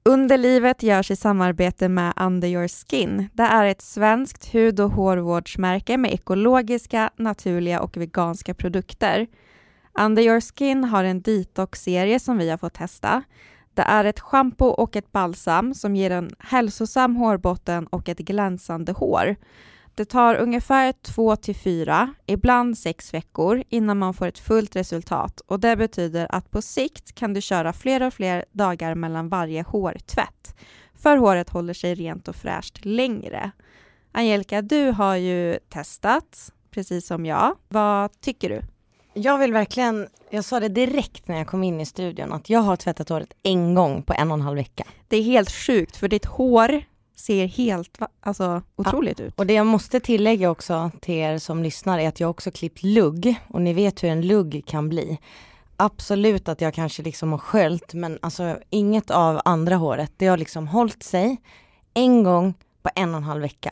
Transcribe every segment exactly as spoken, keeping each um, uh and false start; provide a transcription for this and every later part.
Underlivet görs i samarbete med Under Your Skin. Det är ett svenskt hud- och hårvårdsmärke med ekologiska, naturliga och veganska produkter. Under Your Skin har en detox-serie som vi har fått testa. Det är ett shampoo och ett balsam som ger en hälsosam hårbotten och ett glänsande hår. Det tar ungefär två till fyra, ibland sex veckor innan man får ett fullt resultat. Och det betyder att på sikt kan du köra fler och fler dagar mellan varje hårtvätt. För håret håller sig rent och fräscht längre. Angelica, du har ju testat, precis som jag. Vad tycker du? Jag vill verkligen, jag sa det direkt när jag kom in i studion, att jag har tvättat håret en gång på en och en halv vecka. Det är helt sjukt för ditt hår ser helt alltså, otroligt ja. ut. Och det jag måste tillägga också till er som lyssnar är att jag också klippt lugg. Och ni vet hur en lugg kan bli. Absolut att jag kanske liksom har sköljt, men alltså inget av andra håret. Det har liksom hållit sig en gång på en och en halv vecka.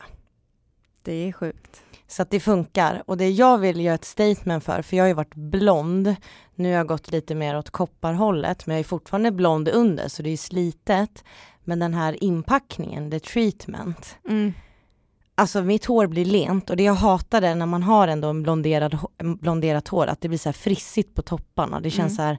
Det är sjukt. Så att det funkar. Och det jag vill göra ett statement för, för jag har ju varit blond. Nu har jag gått lite mer åt kopparhållet, men jag är fortfarande blond under, så det är slitet. Men den här inpackningen, the treatment. Mm. Alltså mitt hår blir lent, och det jag hatar det när man har ändå en blonderad, blonderat hår, att det blir så här frissigt på topparna. Det känns mm. så här,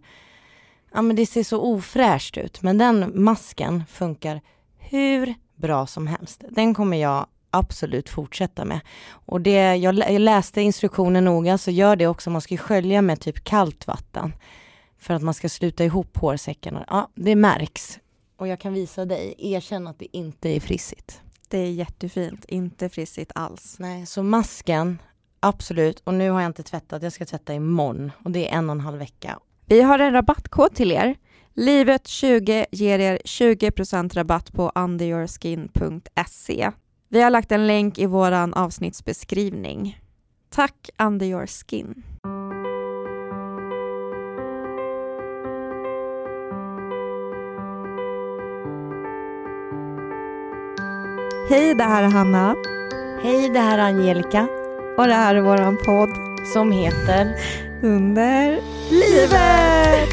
ja men det ser så ofräscht ut. Men den masken funkar hur bra som helst. Den kommer jag absolut fortsätta med. Och det, jag, jag läste instruktionen noga, så gör det också. Man ska skölja med typ kallt vatten för att man ska sluta ihop hårsäckarna. Ja, det märks. Och jag kan visa dig, erkänna att det inte är frissigt. Det är jättefint, inte frissigt alls. Nej, så masken, absolut. Och nu har jag inte tvättat, jag ska tvätta imorgon. Och det är en och en halv vecka. Vi har en rabattkod till er. Livet tjugo ger er tjugo procent rabatt på under your skin punkt se. Vi har lagt en länk i våran avsnittsbeskrivning. Tack Under Your Skin. Hej, det här är Hanna. Hej, det här är Angelica. Och det här är våran podd som heter Under livet.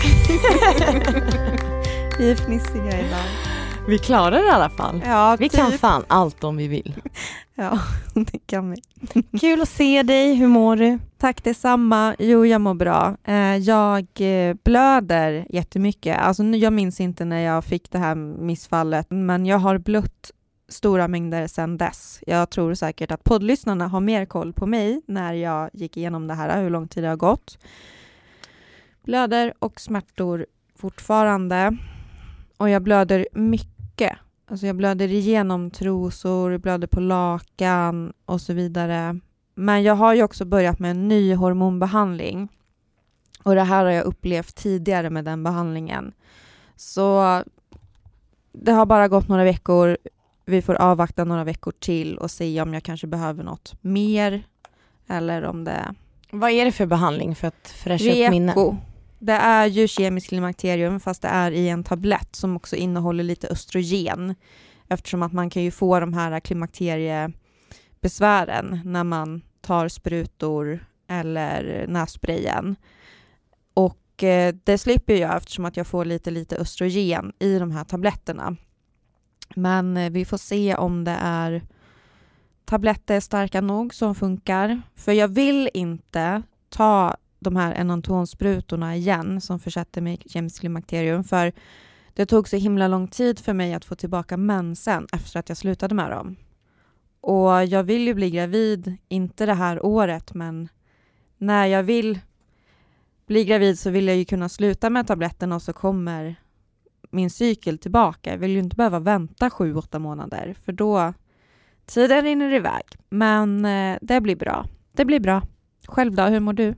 Vi är fnissiga idag. Vi klarar det i alla fall. Ja, vi typ. kan fan allt om vi vill. Ja, det kan vi. Kul att se dig. Hur mår du? Tack detsamma. Jo, jag mår bra. Jag blöder jättemycket. Alltså, jag minns inte när jag fick det här missfallet. Men jag har blött stora mängder sedan dess. Jag tror säkert att poddlyssnarna har mer koll på mig när jag gick igenom det här. Hur lång tid det har gått. Blöder och smärtor fortfarande. Och jag blöder mycket. Alltså jag blöder igenom trosor, blöder på lakan och så vidare. Men jag har ju också börjat med en ny hormonbehandling. Och det här har jag upplevt tidigare med den behandlingen. Så det har bara gått några veckor. Vi får avvakta några veckor till och se om jag kanske behöver något mer. Eller om det... Vad är det för behandling för att fräscha upp minnet? Det är ju kemiskt klimakterium, fast det är i en tablett som också innehåller lite östrogen. Eftersom att man kan ju få de här klimakteriebesvären när man tar sprutor eller nässprayen. Och eh, det slipper jag eftersom att jag får lite lite östrogen i de här tabletterna. Men eh, vi får se om det är tabletter starka nog som funkar. För jag vill inte ta de här enantronsprutorna igen som försätter mig i kemiskt klimakterium. För det tog så himla lång tid för mig att få tillbaka mensen efter att jag slutade med dem. Och jag vill ju bli gravid, inte det här året, men när jag vill bli gravid så vill jag ju kunna sluta med tabletterna och så kommer min cykel tillbaka. Jag vill ju inte behöva vänta sju, åtta månader, för då tiden rinner iväg. Men eh, det blir bra. Det blir bra. Själv då, hur mår du?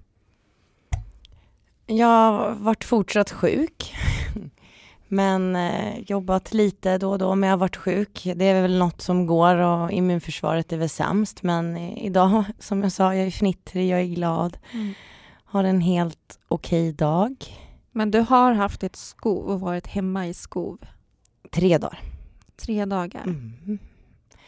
Jag har varit fortsatt sjuk. Men eh, jobbat lite då och då, men jag har varit sjuk. Det är väl något som går och immunförsvaret är väl sämst. Men eh, idag, som jag sa, jag är fnittrig, jag är glad. Mm. Har en helt okej dag. Men du har haft ett skov och varit hemma i skov? Tre dagar. Tre dagar? Mm.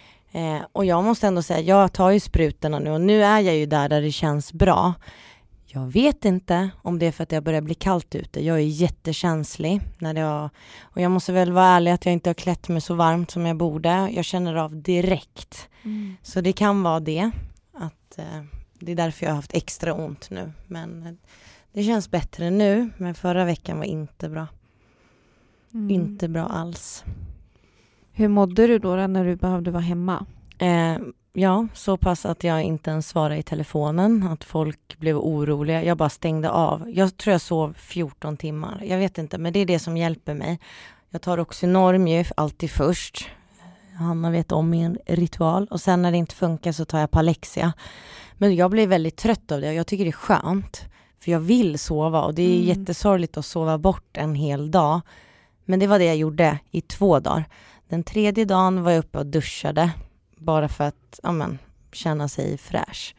Eh, och jag måste ändå säga, jag tar ju sprutorna nu och nu är jag ju där där det känns bra. Jag vet inte om det är för att det börjar bli kallt ute. Jag är jättekänslig. När det har, och jag måste väl vara ärlig att jag inte har klätt mig så varmt som jag borde. Jag känner av direkt. Mm. Så det kan vara det. Att, eh, det är därför jag har haft extra ont nu. Men eh, det känns bättre nu. Men förra veckan var inte bra. Mm. Inte bra alls. Hur mådde du då när du behövde vara hemma? Eh, ja, så pass att jag inte ens svarade i telefonen. Att folk blev oroliga. Jag bara stängde av. Jag tror jag sov fjorton timmar. Jag vet inte, men det är det som hjälper mig. Jag tar Oxynorm ju alltid först. Hanna vet om min ritual. Och sen när det inte funkar så tar jag Palexia. Men jag blir väldigt trött av det. Jag tycker det är skönt. För jag vill sova. Och det är mm. jättesorgligt att sova bort en hel dag. Men det var det jag gjorde i två dagar. Den tredje dagen var jag uppe och duschade. Bara för att ja, men, känna sig fräsch.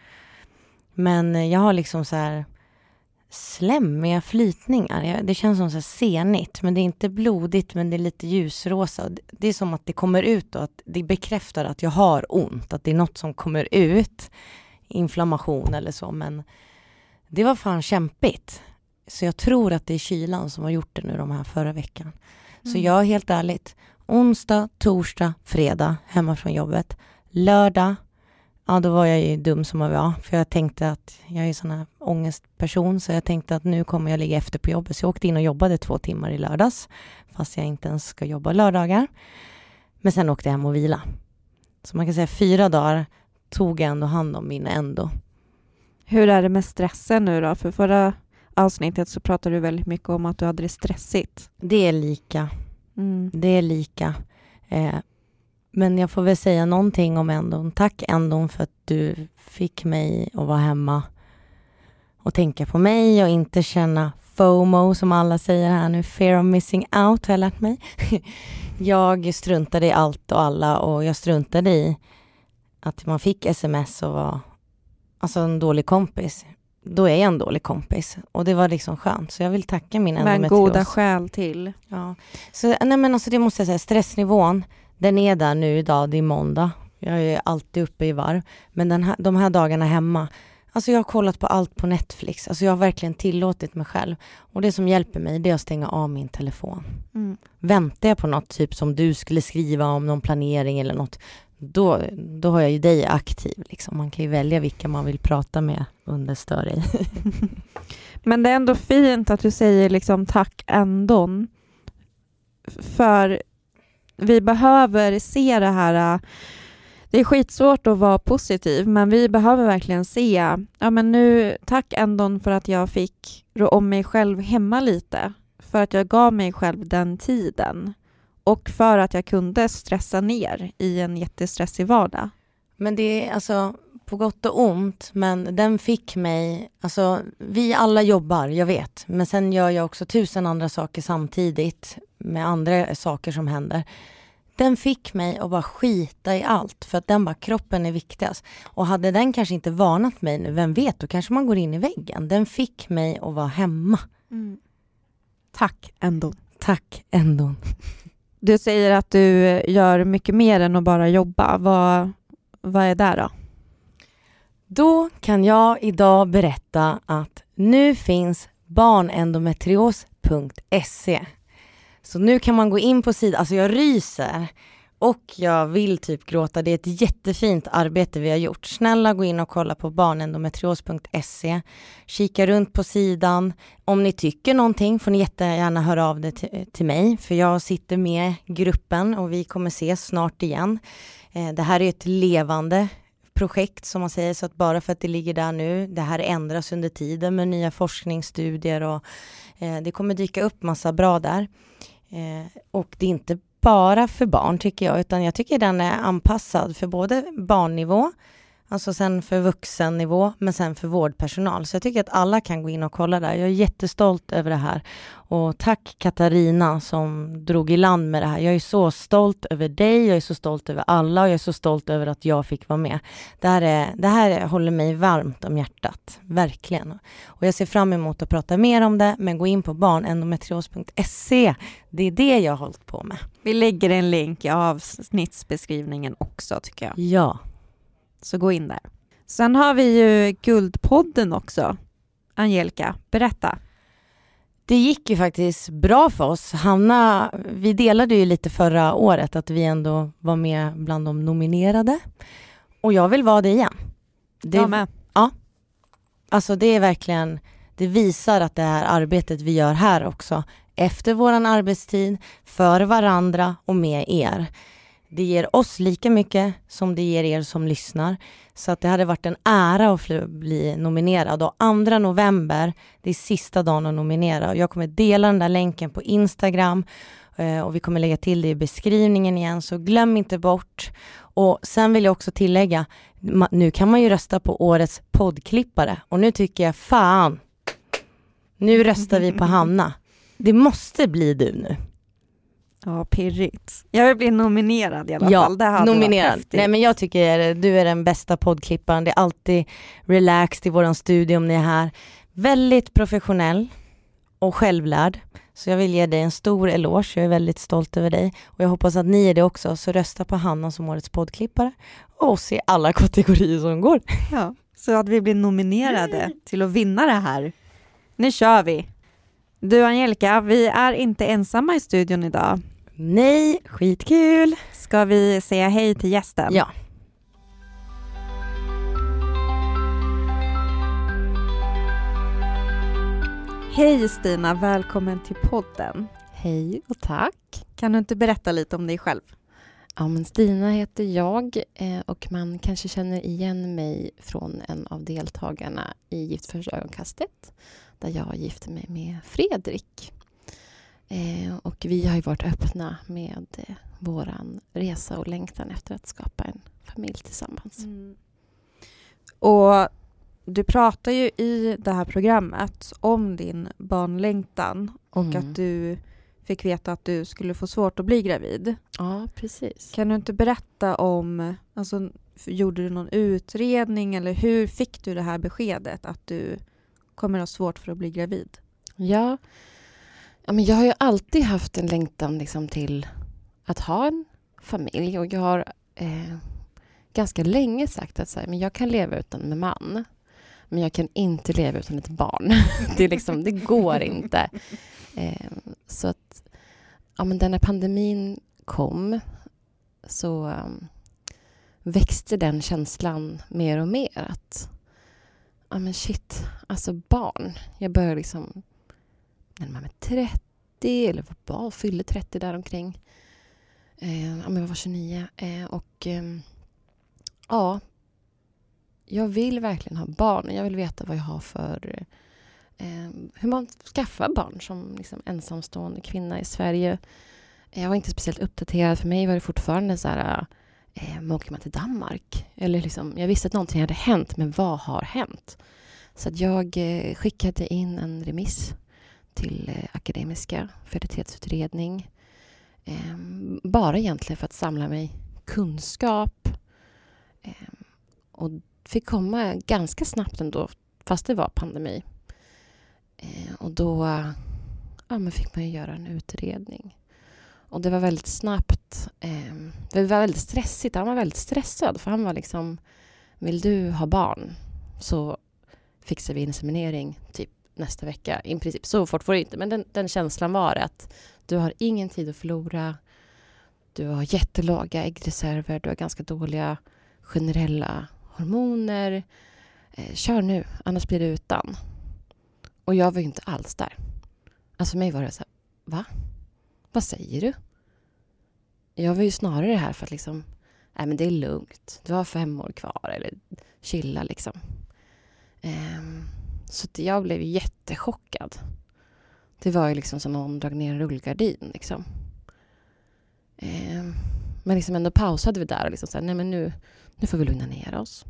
Men jag har liksom så här slemmiga flytningar. Det känns som så här senigt. Men det är inte blodigt, men det är lite ljusrosa. Det är som att det kommer ut och att det bekräftar att jag har ont. Att det är något som kommer ut. Inflammation eller så. Men det var fan kämpigt. Så jag tror att det är kylan som har gjort det nu de här förra veckan. Mm. Så jag är helt ärligt. Onsdag, torsdag, fredag hemma från jobbet. Lördag, ja då var jag ju dum som jag var. För jag tänkte att jag är sån här ångestperson. Så jag tänkte att nu kommer jag ligga efter på jobbet. Så jag åkte in och jobbade två timmar i lördags. Fast jag inte ens ska jobba lördagar. Men sen åkte jag hem och vila. Så man kan säga fyra dagar tog jag ändå hand om min endo. Hur är det med stressen nu då? För förra avsnittet så pratade du väldigt mycket om att du hade det stressigt. Det är lika. Mm. Det är lika. Eh, men jag får väl säga någonting om ändon. Tack ändon för att du fick mig att vara hemma och tänka på mig och inte känna FOMO som alla säger här nu. Fear of missing out har jag lärt mig. Jag struntade i allt och alla och jag struntade i att man fick sms och var alltså en dålig kompis. Då är jag en dålig kompis. Och det var liksom skönt. Så jag vill tacka min endometrios. Men goda skäl till. Ja. Så nej men alltså det måste jag säga. Stressnivån, den är där nu idag. Det är måndag. Jag är alltid uppe i varv. Men den här, de här dagarna hemma. Alltså jag har kollat på allt på Netflix. Alltså jag har verkligen tillåtit mig själv. Och det som hjälper mig det är att stänga av min telefon. Mm. Väntar jag på något typ som du skulle skriva om någon planering eller något. Då, då har jag ju dig aktiv. Liksom. Man kan ju välja vilka man vill prata med under större. Men det är ändå fint att du säger liksom tack ändå. För vi behöver se det här. Det är skitsvårt att vara positiv. Men vi behöver verkligen se. Ja men nu tack ändå för att jag fick rå om mig själv hemma lite. För att jag gav mig själv den tiden. Och för att jag kunde stressa ner i en jättestressig vardag. Men det är alltså på gott och ont. Men den fick mig, alltså vi alla jobbar, jag vet. Men sen gör jag också tusen andra saker samtidigt. Med andra saker som händer. Den fick mig att bara skita i allt. För att den bara, kroppen är viktigast. Och hade den kanske inte varnat mig nu, vem vet, då kanske man går in i väggen. Den fick mig att vara hemma. Mm. Tack ändå. Tack ändå. Du säger att du gör mycket mer än att bara jobba. Vad, vad är det då? Då kan jag idag berätta att nu finns barnendometrios punkt se. Så nu kan man gå in på sidan. Alltså jag ryser och jag vill typ gråta. Det är ett jättefint arbete vi har gjort. Snälla gå in och kolla på barnendometrios punkt se. Kika runt på sidan. Om ni tycker någonting får ni jättegärna höra av det till, till mig. För jag sitter med gruppen och vi kommer ses snart igen. Eh, det här är ett levande projekt som man säger. Så att bara för att det ligger där nu. Det här ändras under tiden med nya forskningsstudier. Och eh, det kommer dyka upp massa bra där. Eh, och det är inte bara för barn tycker jag, utan jag tycker den är anpassad för både barnnivå, alltså sen för vuxennivå, men sen för vårdpersonal. Så jag tycker att alla kan gå in och kolla där. Jag är jättestolt över det här. Och tack Katarina som drog i land med det här. Jag är så stolt över dig, jag är så stolt över alla och jag är så stolt över att jag fick vara med. Det här, är, det här håller mig varmt om hjärtat, verkligen. Och jag ser fram emot att prata mer om det, men gå in på barnendometrios punkt se. Det är det jag har hållit på med. Vi lägger en länk i avsnittsbeskrivningen också tycker jag. Ja. Så gå in där. Sen har vi ju Guldpodden också. Angelica, berätta. Det gick ju faktiskt bra för oss. Hanna, vi delade ju lite förra året att vi ändå var med bland de nominerade. Och jag vill vara det igen. Det, jag med. Ja. Alltså det är verkligen, det visar att det här arbetet vi gör här också, efter våran arbetstid, för varandra och med er. Det ger oss lika mycket som det ger er som lyssnar. Så att det hade varit en ära att fly- bli nominerad. Och andra november, det är sista dagen att nominera. Och jag kommer dela den där länken på Instagram. Eh, och vi kommer lägga till det i beskrivningen igen. Så glöm inte bort. Och sen vill jag också tillägga, ma- nu kan man ju rösta på årets poddklippare. Och nu tycker jag, fan, nu röstar vi på Hanna. Det måste bli du nu. Ja, pirrigt. Jag vill bli nominerad i alla ja, fall. Det hade nominerad. varit häftigt. Nej, men jag tycker du är den bästa poddklipparen. Det är alltid relaxed i våran studio om ni är här. Väldigt professionell och självlärd. Så jag vill ge dig en stor eloge. Jag är väldigt stolt över dig. Och jag hoppas att ni är det också. Så rösta på Hanna som årets poddklippare. Och oss i alla kategorier som går. Ja, så att vi blir nominerade till att vinna det här. Nu kör vi. Du Angelica, vi är inte ensamma i studion idag. Nej, skitkul. Ska vi säga hej till gästen? Ja. Hej Stina, välkommen till podden. Hej och tack. Kan du inte berätta lite om dig själv? Ja, men Stina heter jag och man kanske känner igen mig från en av deltagarna i Gift för första ögonkastet. Där jag gifte mig med Fredrik. Eh, och vi har ju varit öppna med eh, våran resa och längtan efter att skapa en familj tillsammans. Mm. Och du pratar ju i det här programmet om din barnlängtan och Mm. att du fick veta att du skulle få svårt att bli gravid. Ja, precis. Kan du inte berätta om, alltså, gjorde du någon utredning eller hur fick du det här beskedet att du kommer ha svårt för att bli gravid? Ja, ja men jag har ju alltid haft en längtan liksom till att ha en familj. Och jag har eh, ganska länge sagt att så här, men jag kan leva utan en man. Men jag kan inte leva utan ett barn. det, är liksom, det går inte. Eh, så att ja, men när pandemin kom så um, växte den känslan mer och mer. Att ja men shit, alltså barn. Jag började liksom när man är trettio eller var fyllde trettio där omkring. Eh, ja men jag var tjugonio eh, och eh, ja jag vill verkligen ha barn. Jag vill veta vad jag har för eh, hur man skaffar barn som liksom ensamstående kvinna i Sverige. Jag var inte speciellt uppdaterad. För mig var det fortfarande så här eh, åker man till Danmark? Eller liksom, jag visste att någonting hade hänt, men vad har hänt? Så att jag eh, skickade in en remiss till eh, akademiska fertilitetsutredning. Eh, bara egentligen för att samla mig kunskap. Eh, och fick komma ganska snabbt ändå, fast det var pandemi. Eh, och då ja, men fick man ju göra en utredning. Och det var väldigt snabbt. Eh, det var väldigt stressigt. Han var väldigt stressad. För han var liksom, vill du ha barn så fixar vi inseminering typ nästa vecka. I princip så fort får det inte. Men den, den känslan var att du har ingen tid att förlora. Du har jättelåga äggreserver. Du har ganska dåliga generella hormoner. Eh, kör nu, annars blir det utan. Och jag var ju inte alls där. Alltså för mig var det så här, va? Vad säger du? Jag var ju snarare här för att liksom, nej men det är lugnt. Du har fem år kvar eller chilla liksom. Um, så att jag blev jättechockad. Det var ju liksom som någon drog ner en rullgardin liksom. Um, men liksom ändå pausade vi där och liksom så här, nej men nu, nu får vi lugna ner oss.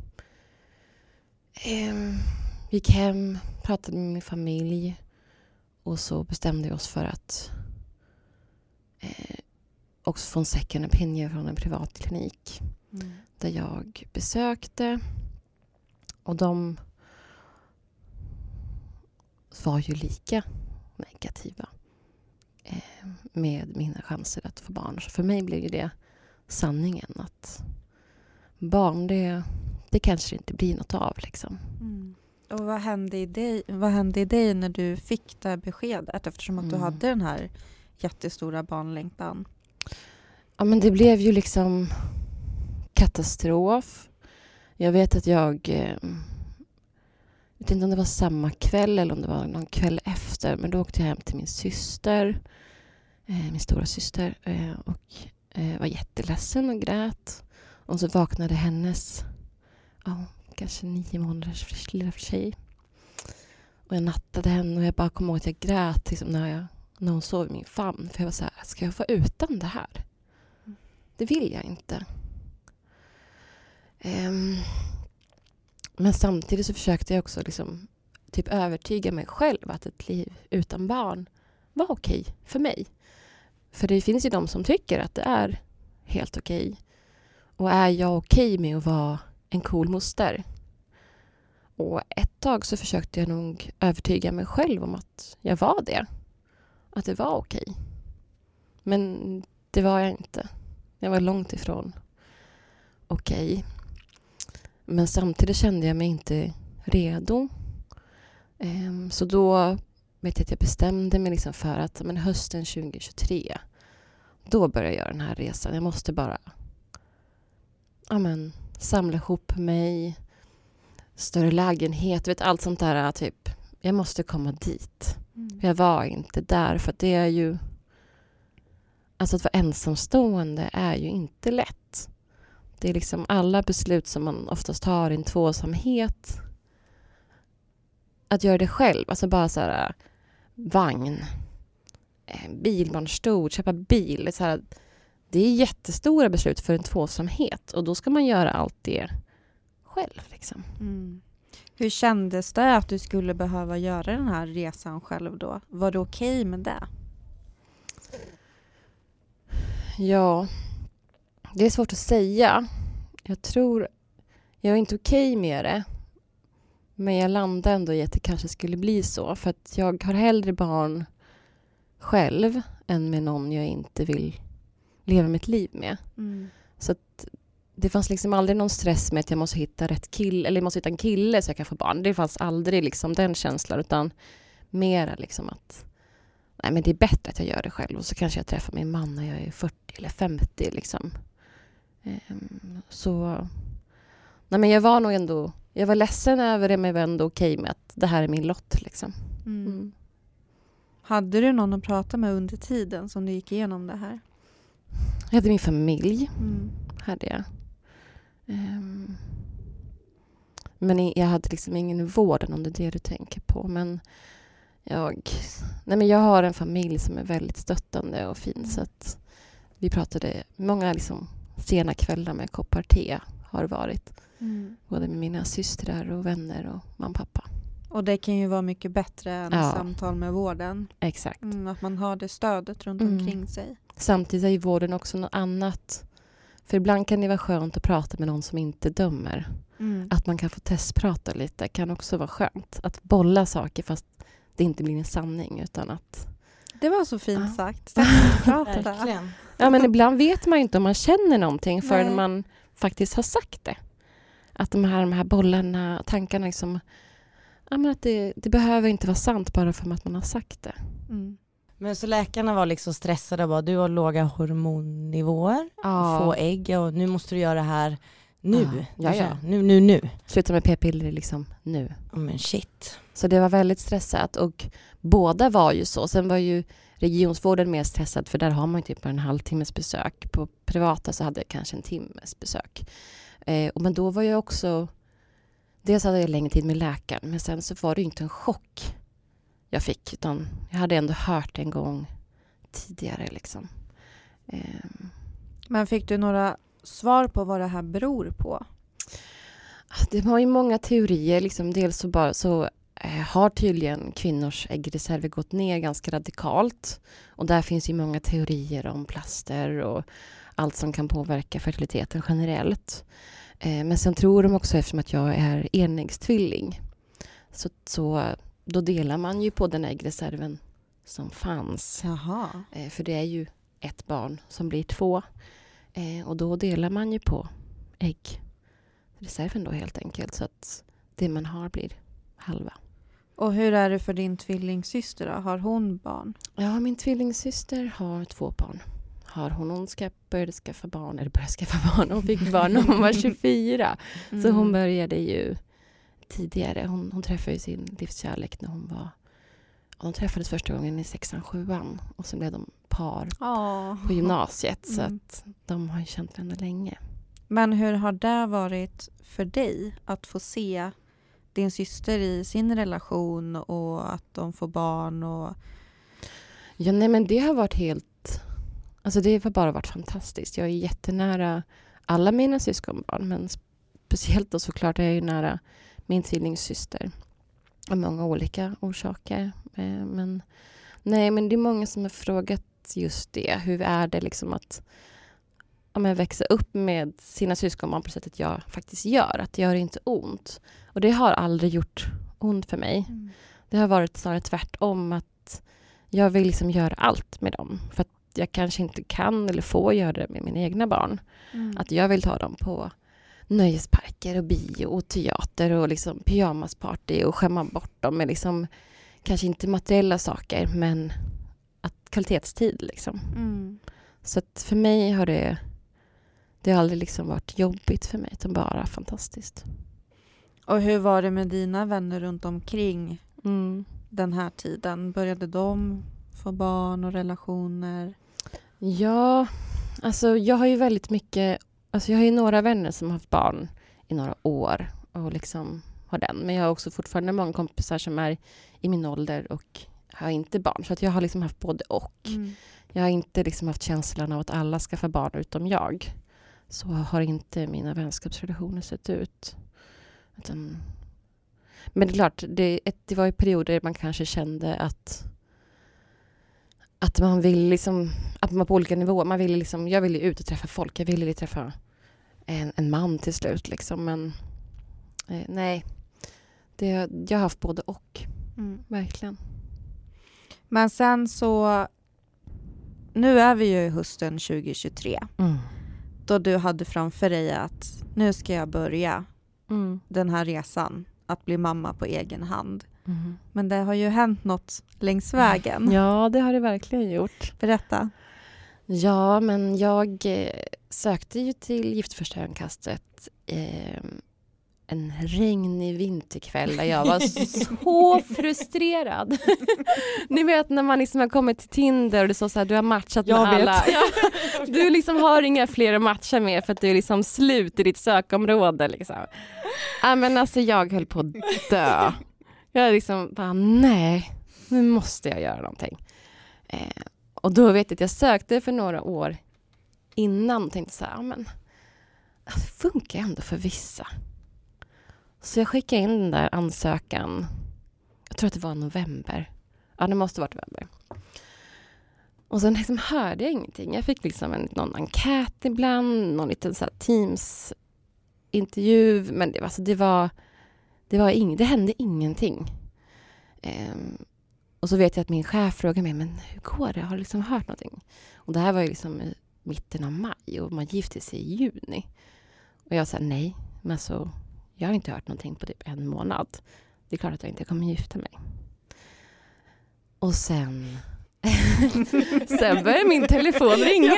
Um, gick hem, pratade med min familj och så bestämde vi oss för att eh, också få en second opinion från en privat klinik mm. där jag besökte, och de var ju lika negativa eh, med mina chanser att få barn. Så för mig blev ju det sanningen att barn, det, det kanske inte blir något av liksom. Mm. Och vad hände i dig, vad hände i dig när du fick det här beskedet? Eftersom att Mm. du hade den här jättestora barnlängtan. Ja, men det blev ju liksom katastrof. Jag vet att jag... Eh, jag vet inte om det var samma kväll eller om det var någon kväll efter. Men då åkte jag hem till min syster. Eh, min stora syster. Eh, och eh, var jätteledsen och grät. Och så vaknade hennes... Ja, kanske nio månaders lilla tjej. Och jag nattade henne och jag bara kom ihåg att jag grät liksom när, jag, när hon sov i min famn. För jag var så här, ska jag vara utan det här? Det vill jag inte. Um, men samtidigt så försökte jag också liksom typ övertyga mig själv att ett liv utan barn var okej för mig. För det finns ju de som tycker att det är helt okej. Och är jag okej med att vara en cool moster? Och ett tag så försökte jag nog övertyga mig själv om att jag var det. Att det var okej. Men det var jag inte. Jag var långt ifrån okej. Men samtidigt kände jag mig inte redo. Um, så då vet jag att jag bestämde mig liksom för att men hösten tjugohundratjugotre då började jag göra den här resan. Jag måste bara ja, men, samla ihop mig. Större lägenhet. Vet, allt sånt där. Typ, jag måste komma dit. Mm. Jag var inte där. För att det är ju... Alltså att vara ensamstående är ju inte lätt. Det är liksom alla beslut som man oftast har i en tvåsamhet. Att göra det själv. Alltså bara så här... Vagn. Bilbarnstol. Köpa bil. Så här, det är jättestora beslut för en tvåsamhet. Och då ska man göra allt det själv. Liksom. Mm. Hur kändes det att du skulle behöva göra den här resan själv då? Var det okej med det? Ja, det är svårt att säga. Jag tror, jag är inte okej med det. Men jag landade ändå i att det kanske skulle bli så. För att jag har hellre barn själv än med någon jag inte vill leva mitt liv med. Mm. Så att det fanns liksom aldrig någon stress med att jag måste hitta rätt kille eller jag måste hitta en kille så jag kan få barn. Det fanns aldrig liksom den känslan utan mera liksom att nej men det är bättre att jag gör det själv och så kanske jag träffar min man när jag är fyrtio eller femtio liksom. Um, så nej men jag var nog ändå jag var ledsen över det men jag var ändå okej med att det här är min lott liksom. Mm. Mm. Hade du någon att prata med under tiden som du gick igenom det här? Jag hade min familj. Mm. Hade jag. Um, men jag hade liksom ingen vård om det är det du tänker på. Men jag, nej men jag har en familj som är väldigt stöttande och fin. Så att vi pratade många liksom sena kvällar med koppar te har varit. Mm. Både med mina systrar och vänner och mamma och pappa. Och det kan ju vara mycket bättre än ja. samtal med vården. Exakt. Mm, att man har det stödet runt mm. omkring sig. Samtidigt är ju vården också något annat. För ibland kan det vara skönt att prata med någon som inte dömer. Mm. Att man kan få testprata lite kan också vara skönt. Att bolla saker fast det inte blir en sanning utan att... Det var så fint ja. sagt. Verkligen. Ja, men ibland vet man ju inte om man känner någonting förrän Nej. man faktiskt har sagt det. Att de här, de här bollarna, tankarna liksom... Ja, men att det, det behöver inte vara sant bara för att man har sagt det. Mm. Men så läkarna var liksom stressade och bara, du har låga hormonnivåer, ja. få ägg och nu måste du göra det här nu. Ja, ja, ja. Nu, nu, nu. Sluta med p-piller liksom nu. Oh, men shit. Så det var väldigt stressat och båda var ju så. Sen var ju regionsvården mer stressad för där har man ju typ en halvtimmes besök. På privata så hade jag kanske en timmes besök. Eh, och men då var jag också... Dels hade jag längre tid med läkaren men sen så var det ju inte en chock jag fick utan jag hade ändå hört en gång tidigare liksom. Um. Men fick du några svar på vad det här beror på? Det var ju många teorier liksom. Dels så bara så eh, har tydligen kvinnors äggreserver gått ner ganska radikalt och där finns ju många teorier om plaster och allt som kan påverka fertiliteten generellt. Eh, men sen tror de också eftersom att jag är enäggstvilling så, så då delar man ju på den äggreserven som fanns. Jaha. Eh, för det är ju ett barn som blir två. Eh, och då delar man ju på äggreserven då helt enkelt. Så att det man har blir halva. Och hur är det för din tvillingsyster då? Har hon barn? Ja, min tvillingsyster har två barn. Har hon, hon ska började skaffa barn, eller började skaffa barn, hon fick barn när hon var tjugofyra. Mm. Så hon började ju tidigare. Hon, hon träffade ju sin livskärlek när hon var, de träffades första gången i sexan, sjuan. Och så blev de par oh. på gymnasiet. Så mm. att de har ju känt varandra länge. Men hur har det varit för dig att få se din syster i sin relation och att de får barn? Och... Ja, nej men det har varit helt... Alltså det har bara varit fantastiskt. Jag är jättenära alla mina syskonbarn. Men speciellt då såklart är jag ju nära min tvillingsyster. Av många olika orsaker. Men nej, men det är många som har frågat just det. Hur är det liksom att ja, men växa upp med sina syskonbarn på sättet jag faktiskt gör. Att det gör inte ont. Och det har aldrig gjort ont för mig. Mm. Det har varit snarare tvärtom att jag vill liksom göra allt med dem. För att jag kanske inte kan eller får göra det med mina egna barn. Mm. Att jag vill ta dem på nöjesparker och bio och teater och liksom pyjamasparty och skämma bort dem med liksom kanske inte materiella saker men att kvalitetstid liksom. Mm. Så att för mig har det det har aldrig liksom varit jobbigt för mig utan bara fantastiskt. Och hur var det med dina vänner runt omkring mm. den här tiden? Började de få barn och relationer? Ja, alltså jag har ju väldigt mycket, alltså jag har ju några vänner som har haft barn i några år och liksom har den. Men jag har också fortfarande många kompisar som är i min ålder och har inte barn. Så att jag har liksom haft både och. Mm. Jag har inte liksom haft känslan av att alla ska få barn utom jag. Så har inte mina vänskapsrelationer sett ut. Utan... Men det är klart, det, det var i perioder man kanske kände att att man vill liksom, att man på olika nivåer, man ville liksom, jag ville ut och träffa folk, jag ville träffa en, en man till slut liksom, men eh, nej, det, jag har haft både och, mm. verkligen. Men sen så, nu är vi ju i hösten tjugohundratjugotre, mm. då du hade framför dig att nu ska jag börja mm. den här resan, att bli mamma på egen hand. Mm. Men det har ju hänt något längs vägen. Ja, det har det verkligen gjort. Berätta. Ja, men jag eh, sökte ju till Gift första ögonkastet eh, en regnig vinterkväll där jag var så frustrerad. Ni vet när man liksom har kommit till Tinder och det är så, så här, du har matchat jag med vet. alla. Ja, du liksom har inga fler att matcha med för att du är liksom slut i ditt sökområde. Liksom. Ja, men alltså jag höll på att dö. Jag liksom bara, nej, nu måste jag göra någonting. Eh, och då vet jag att jag sökte för några år innan och tänkte så här, men det funkar ändå för vissa. Så jag skickade in den där ansökan, jag tror att det var november. Ja, det måste ha varit november. Och sen liksom hörde jag ingenting. Jag fick liksom en, någon enkät ibland, någon liten så här Teams-intervju, men det, alltså, det var... Det, var ing- det hände ingenting. Um, och så vet jag att min chef frågade mig, men hur går det? Har du liksom hört någonting? Och det här var ju liksom i mitten av maj och man gifte sig i juni. Och jag sa nej, men så jag har inte hört någonting på typ en månad. Det är klart att jag inte kommer gifta mig. Och sen... sen började min telefon ringa.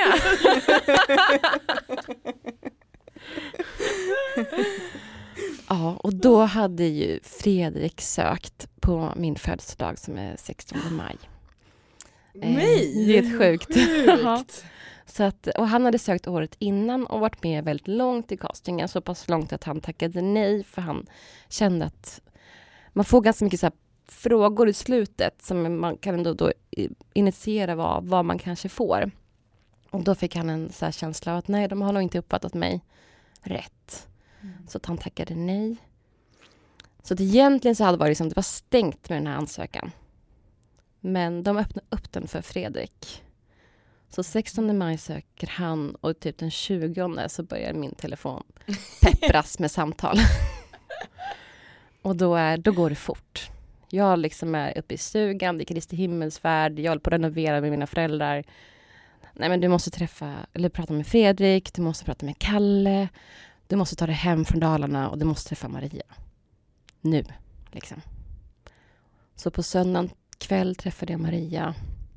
Ja, och då hade ju Fredrik sökt på min födelsedag som är sextonde maj. Nej! Eh, det är ett sjukt. sjukt. Så att, och han hade sökt året innan och varit med väldigt långt i castingen. Så pass långt att han tackade nej för han kände att man får ganska mycket så här frågor i slutet som man kan ändå då initiera vad, vad man kanske får. Och då fick han en så här känsla av att nej, de har nog inte uppfattat mig rätt. Mm. Så att han tackade nej. Så att egentligen så hade det varit liksom, det var stängt med den här ansökan. Men de öppnade upp den för Fredrik. Så sextonde maj söker han och typ den tjugonde så börjar min telefon peppras med samtal. Och då, är, då går det fort. Jag liksom är uppe i stugan, det är Kristi himmelsfärd, jag håller på att renovera med mina föräldrar. Nej, men du måste träffa, eller prata med Fredrik, du måste prata med Kalle, du måste ta dig hem från Dalarna och du måste träffa Maria. Nu, Liksom. Så på söndagen kväll träffade jag Maria.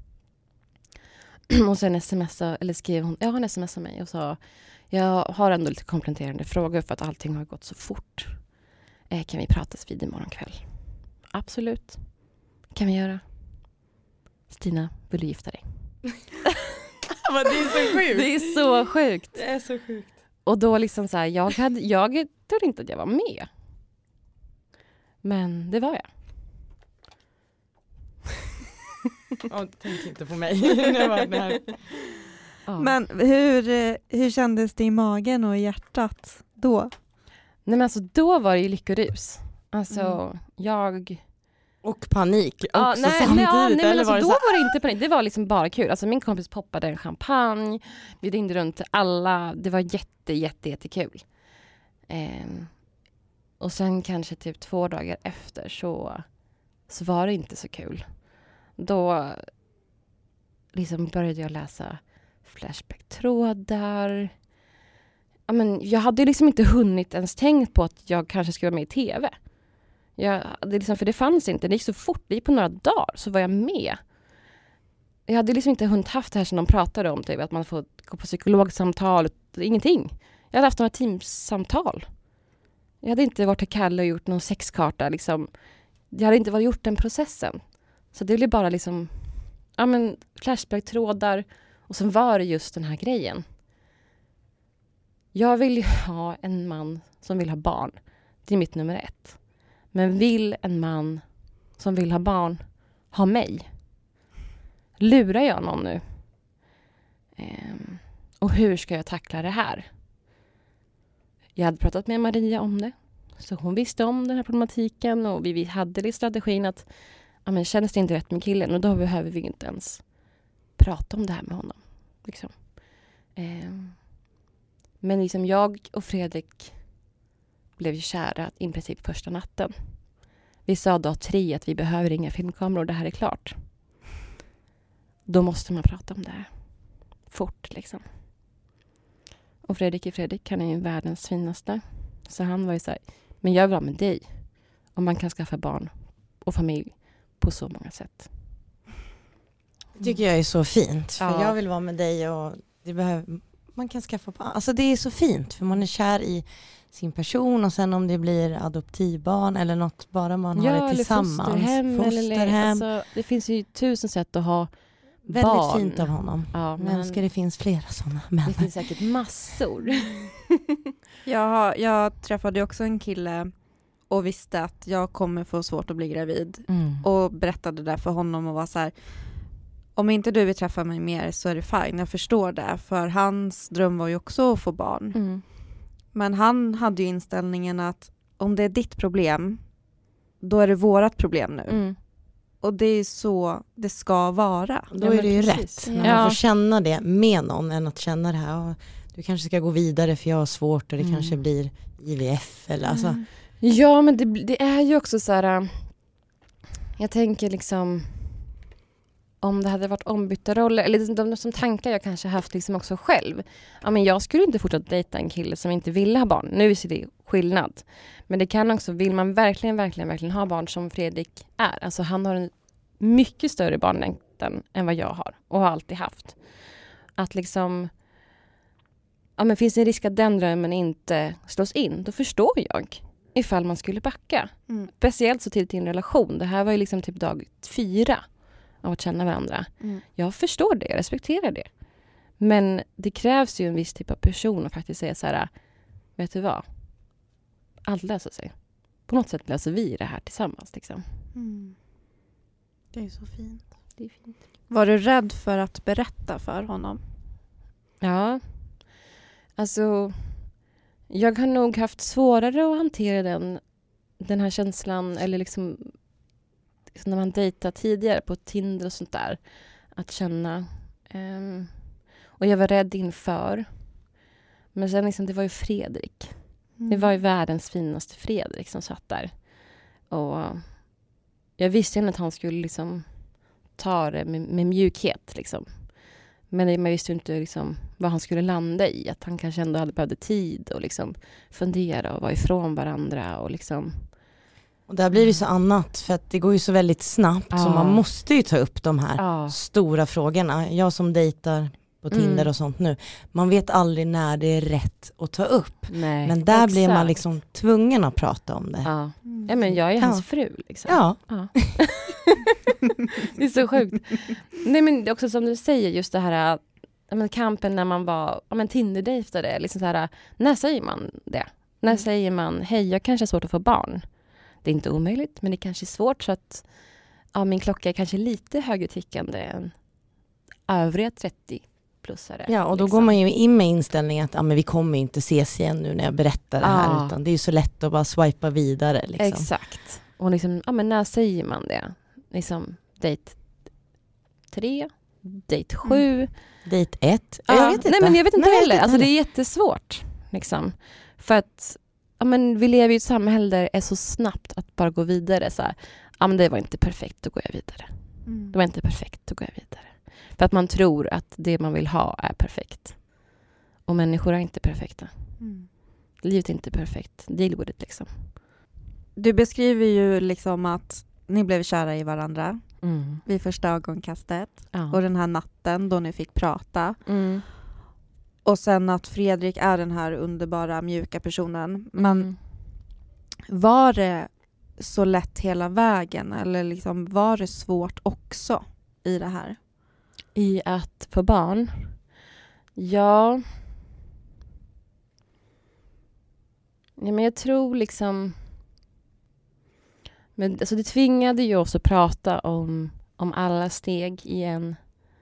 Och sen smsade, eller skrev hon, ja hon smsade mig och sa, jag har ändå lite kompletterande frågor för att allting har gått så fort. Eh, kan vi pratas vid imorgon kväll? Absolut. Kan vi göra. Stina, vill du gifta dig? Men det är så sjukt. Det är så sjukt. Det är så sjukt. Och då liksom så här, jag, hade, jag trodde inte att jag var med. Men det var jag. Oh, tänk inte på mig. Det var det här. Ja. Men hur, hur kändes det i magen och i hjärtat då? Nej men alltså då var det ju lyckorus. Alltså mm. jag... Och panik också ja, nej, samtidigt. Nej, ja, nej men alltså, var då så... var det inte panik. Det var liksom bara kul. Alltså min kompis poppade en champagne. Vi ringde runt alla. Det var jätte, jätte, jättekul. Um, och sen kanske typ två dagar efter så, så var det inte så kul. Då liksom började jag läsa Flashback-trådar. Ja, men jag hade liksom inte hunnit ens tänkt på att jag kanske skulle vara med i tv. Jag, det liksom, för det fanns inte. Det gick så fort. Det gick på några dagar så var jag med. Jag hade liksom inte hunnit haft det här som de pratade om. Typ, att man får gå på psykologsamtal. Ingenting. Jag hade haft några teamsamtal. Jag hade inte varit till Kalle och gjort någon sexkarta. Liksom. Jag hade inte varit gjort den processen. Så det blev bara liksom... Ja, men Flashback-trådar. Och sen var det just den här grejen. Jag vill ju ha en man som vill ha barn. Det är mitt nummer ett. Men vill en man som vill ha barn ha mig? Lurar jag någon nu? Ehm, och hur ska jag tackla det här? Jag hade pratat med Maria om det. Så hon visste om den här problematiken. Och vi, vi hade strategin att ja, men känns det inte rätt med killen? Och då behöver vi inte ens prata om det här med honom. Liksom. Ehm, men liksom jag och Fredrik blev ju kära i princip första natten. Vi sa dag tre att vi behöver inga filmkameror, det här är klart. Då måste man prata om det här. Fort liksom. Och Fredrik är Fredrik, han är ju världens finaste. Så han var ju så här, men jag vill vara med dig. Och man kan skaffa barn och familj på så många sätt. Det tycker jag är så fint. För ja. jag vill vara med dig och det behöver, man kan skaffa barn. Alltså det är så fint för man är kär i sin person och sen om det blir adoptivbarn eller något, bara man ja, har det tillsammans. Fosterhem. fosterhem. Eller, alltså, det finns ju tusen sätt att ha väldigt barn. fint av honom. Ja, men men önskar det finns flera sådana män. Det finns säkert massor. jag, har, jag träffade också en kille och visste att jag kommer få svårt att bli gravid. Mm. Och berättade det för honom och var så här: om inte du vill träffa mig mer så är det fine. Jag förstår det. För hans dröm var ju också att få barn. Mm. Men han hade ju inställningen att om det är ditt problem, då är det vårat problem nu. Mm. Och det är så det ska vara. Då Ja, är det ju precis. rätt. När Ja. man får känna det med någon än att känna det här. Och du kanske ska gå vidare för jag har svårt och det Mm. kanske blir I V F. Eller, alltså. Mm. Ja, men det, det är ju också så här... äh, Jag tänker liksom... Om det hade varit ombytta roller, eller liksom de som tankar jag kanske haft liksom också själv. Ja, men jag skulle inte fortsätta dejta en kille som inte ville ha barn. Nu är det skillnad. Men det kan också, vill man verkligen, verkligen, verkligen ha barn som Fredrik är. Alltså han har en mycket större barnlängtan än vad jag har. Och har alltid haft. Att liksom... Ja, men finns det en risk att den drömmen inte slås in, då förstår jag ifall man skulle backa. Mm. Speciellt så tidigt i en relation. Det här var ju liksom typ dag fyra av att känna varandra. Mm. Jag förstår det, jag respekterar det. Men det krävs ju en viss typ av person att faktiskt säga så här: vet du vad? Allt löser sig. På något sätt löser vi det här tillsammans. Liksom. Mm. Det är så fint. Det är fint. Var du rädd för att berätta för honom? Ja. Alltså, jag har nog haft svårare att hantera den, den här känslan, eller liksom när man dejtar tidigare på Tinder och sånt där, att känna. Um, och jag var rädd inför. Men sen liksom, det var ju Fredrik. Mm. Det var ju världens finaste Fredrik som satt där. Och jag visste ju att han skulle liksom ta det med, med mjukhet liksom. Men man visste ju inte liksom vad han skulle landa i. Att han kanske ändå hade behövt tid och liksom fundera och vara ifrån varandra. Och liksom, Och där blir det så annat, för att det går ju så väldigt snabbt, Ja. så man måste ju ta upp de här Ja. stora frågorna. Jag som dejtar på Tinder Mm. och sånt nu, man vet aldrig när det är rätt att ta upp. Nej, Men där blir man exakt. liksom tvungen att prata om det. Ja. Ja, men jag är Ja. hans fru. Liksom. Ja. Ja. Det är så sjukt. Nej, men det är också som du säger, just det här ja, men kampen när man var ja, men Tinder-dejtade. Liksom så här, när säger man det? När Mm. säger man, hej, jag kanske har svårt att få barn. Det är inte omöjligt, men det kanske är svårt, så att ja, min klocka är kanske lite högre tickande än övriga trettio-plussare. Ja, och då liksom. går man ju in med inställningen att ja, men vi kommer inte ses igen nu när jag berättar det här. Ja. Utan det är ju så lätt att bara swipa vidare. Liksom. Exakt. Och liksom, ja, men när säger man det? Liksom, dejt tre, dejt sju. Dejt ett. Ja, Jag vet inte. Nej, men jag vet inte Nej, jag heller. vet Alltså, det heller. är jättesvårt. Liksom. För att ja, men vi lever i ett samhälle där det är så snabbt att bara gå vidare. Så här, ja, men det var inte perfekt, då går jag vidare. Mm. Det var inte perfekt, då går jag vidare. För att man tror att det man vill ha är perfekt. Och människor är inte perfekta. Mm. Livet är inte perfekt. Deal with it, liksom. Du beskriver ju liksom att ni blev kära i varandra Mm. vid första ögonkastet. Ja. Och den här natten då ni fick prata. Mm. Och sen att Fredrik är den här underbara, mjuka personen. Men Mm. var det så lätt hela vägen? Eller liksom var det svårt också i det här? I att få barn? Ja. Ja, men jag tror liksom... Men, alltså det tvingade ju oss att prata om, om alla steg i en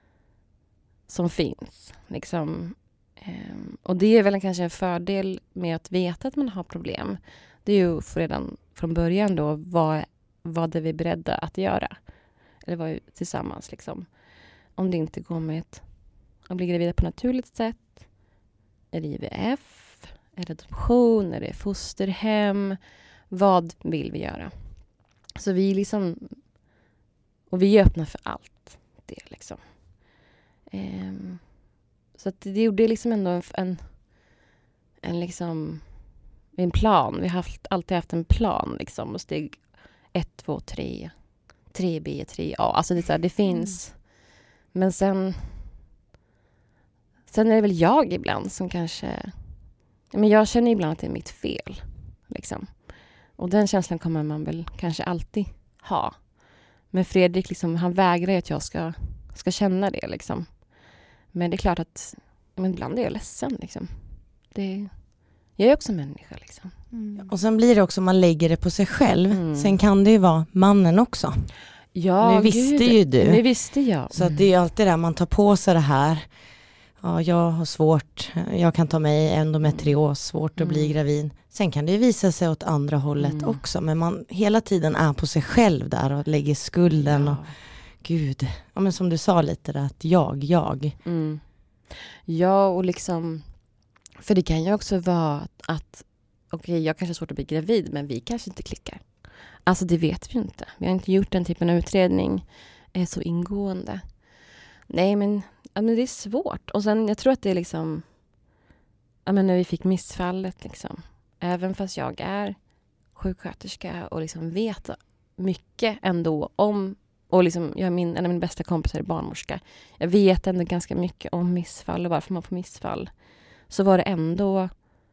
som finns. Liksom. Ehm, och det är väl kanske en fördel med att veta att man har problem. Det är ju för redan från början då, vad, vad är vi beredda att göra? Eller vad är vi tillsammans liksom. Om det inte går med ett, att bli gravida på naturligt sätt. Är det I V F? Är det adoption? Är det fosterhem? Vad vill vi göra? Så vi liksom... Och vi är öppna för allt det liksom. Ehm, så att det gjorde liksom ändå en, en, en liksom... En plan. Vi har haft, alltid haft en plan liksom. Och steg ett, två, tre. tre B, tre A. Alltså det, är så här, det finns... Mm. Men sen... Sen är det väl jag ibland som kanske... Men jag känner ibland att det är mitt fel. Liksom. Och den känslan kommer man väl kanske alltid ha. Men Fredrik, liksom, han vägrar ju att jag ska, ska känna det. Liksom. Men det är klart att men ibland är jag ledsen. Liksom. Det, jag är också människa. Liksom. Mm. Och sen blir det också, man lägger det på sig själv. Mm. Sen kan det ju vara mannen också. Ja, nu visste gud, ju du. Nu visste jag. Så att det är ju alltid där man tar på sig det här. Ja, jag har svårt, jag kan ta mig endometrios, svårt att bli Mm. gravid. Sen kan det ju visa sig åt andra hållet Mm. också. Men man hela tiden är på sig själv där och lägger skulden. Ja. Och gud, ja, men som du sa lite där, att jag, jag. Mm. Ja, och liksom... För det kan ju också vara att... Okej, jag kanske har svårt att bli gravid, men vi kanske inte klickar. Alltså, det vet vi inte. Vi har inte gjort den typen av utredning eh, så ingående. Nej, men, ja, men det är svårt. Och sen, jag tror att det är liksom... Ja, men när vi fick missfallet, liksom. Även fast jag är sjuksköterska och liksom vet mycket ändå om... Och liksom, jag är min, en av mina bästa kompisar är barnmorska. Jag vet ändå ganska mycket om missfall och varför man får missfall. Så var det ändå...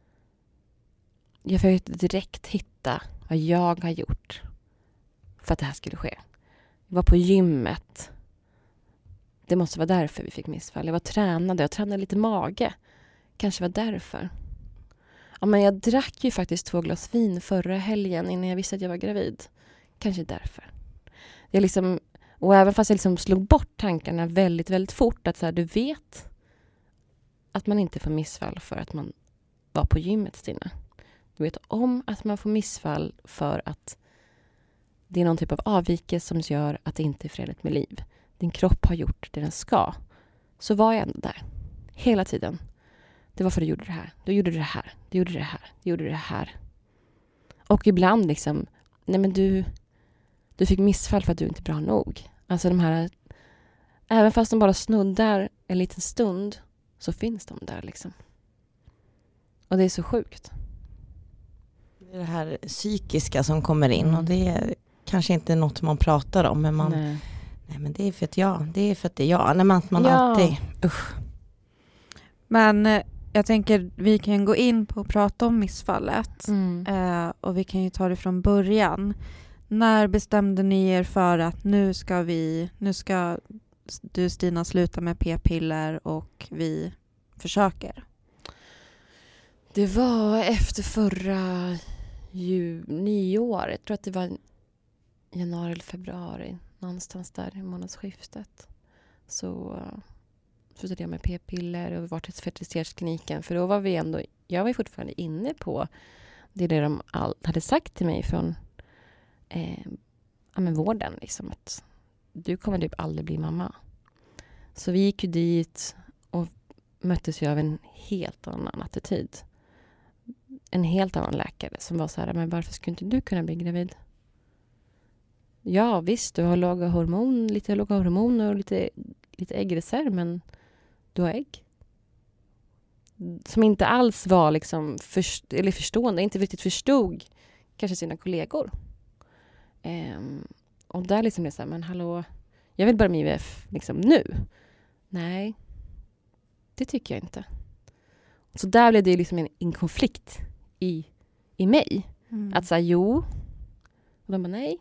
Jag försökte direkt hitta vad jag har gjort för att det här skulle ske. Jag var på gymmet. Det måste vara därför vi fick missfall. Jag var tränade. Jag tränade lite mage. Kanske var därför. Ja, men jag drack ju faktiskt två glas vin förra helgen innan jag visste att jag var gravid. Kanske därför. Jag liksom, och även fast jag liksom slog bort tankarna väldigt, väldigt fort. Att så här, du vet att man inte får missfall för att man var på gymmet, Stina. Du vet om att man får missfall för att det är någon typ av avvikelse som gör att det inte är förenligt med liv. Din kropp har gjort det den ska. Så var jag ändå där. Hela tiden. Det var för att du gjorde det här. Du gjorde det här. Du gjorde det här. Du gjorde det här. Och ibland liksom, nej men du, du fick missfall för att du inte är bra nog. Alltså de här, även fast de bara snuddar en liten stund så finns de där liksom. Och det är så sjukt. Det är det här psykiska som kommer in Mm. och det är kanske inte något man pratar om, men man Nej. nej men det är för att jag, det är för att det är jag. Nej, men att man Ja. alltid, usch. Men eh, jag tänker vi kan gå in på att prata om missfallet. Mm. Eh, och vi kan ju ta det från början. När bestämde ni er för att nu ska vi, nu ska du Stina sluta med p-piller och vi försöker? Det var efter förra ju, nyår. Jag tror att det var januari eller februari. Någonstans där i månadsskiftet. Så uh, slutade jag med p-piller och vi var till fertilitetskliniken. För då var vi ändå, jag var ju fortfarande inne på det, det de all, hade sagt till mig från eh, ja, men vården. Liksom, att du kommer typ aldrig bli mamma. Så vi gick ju dit och möttes ju av en helt annan attityd. En helt annan läkare som var så här, men varför skulle inte du kunna bli gravid? Ja, visst, du har låga hormon, lite låga hormoner och lite, lite äggreserv, men du har ägg. Som inte alls var liksom först, eller förstående, inte riktigt förstod kanske sina kollegor. Um, och där liksom det så här, men hallå, jag vill börja med I V F liksom nu. Nej, det tycker jag inte. Så där blev det liksom en, en konflikt i, i mig. Mm. Att säga jo. Och de bara nej.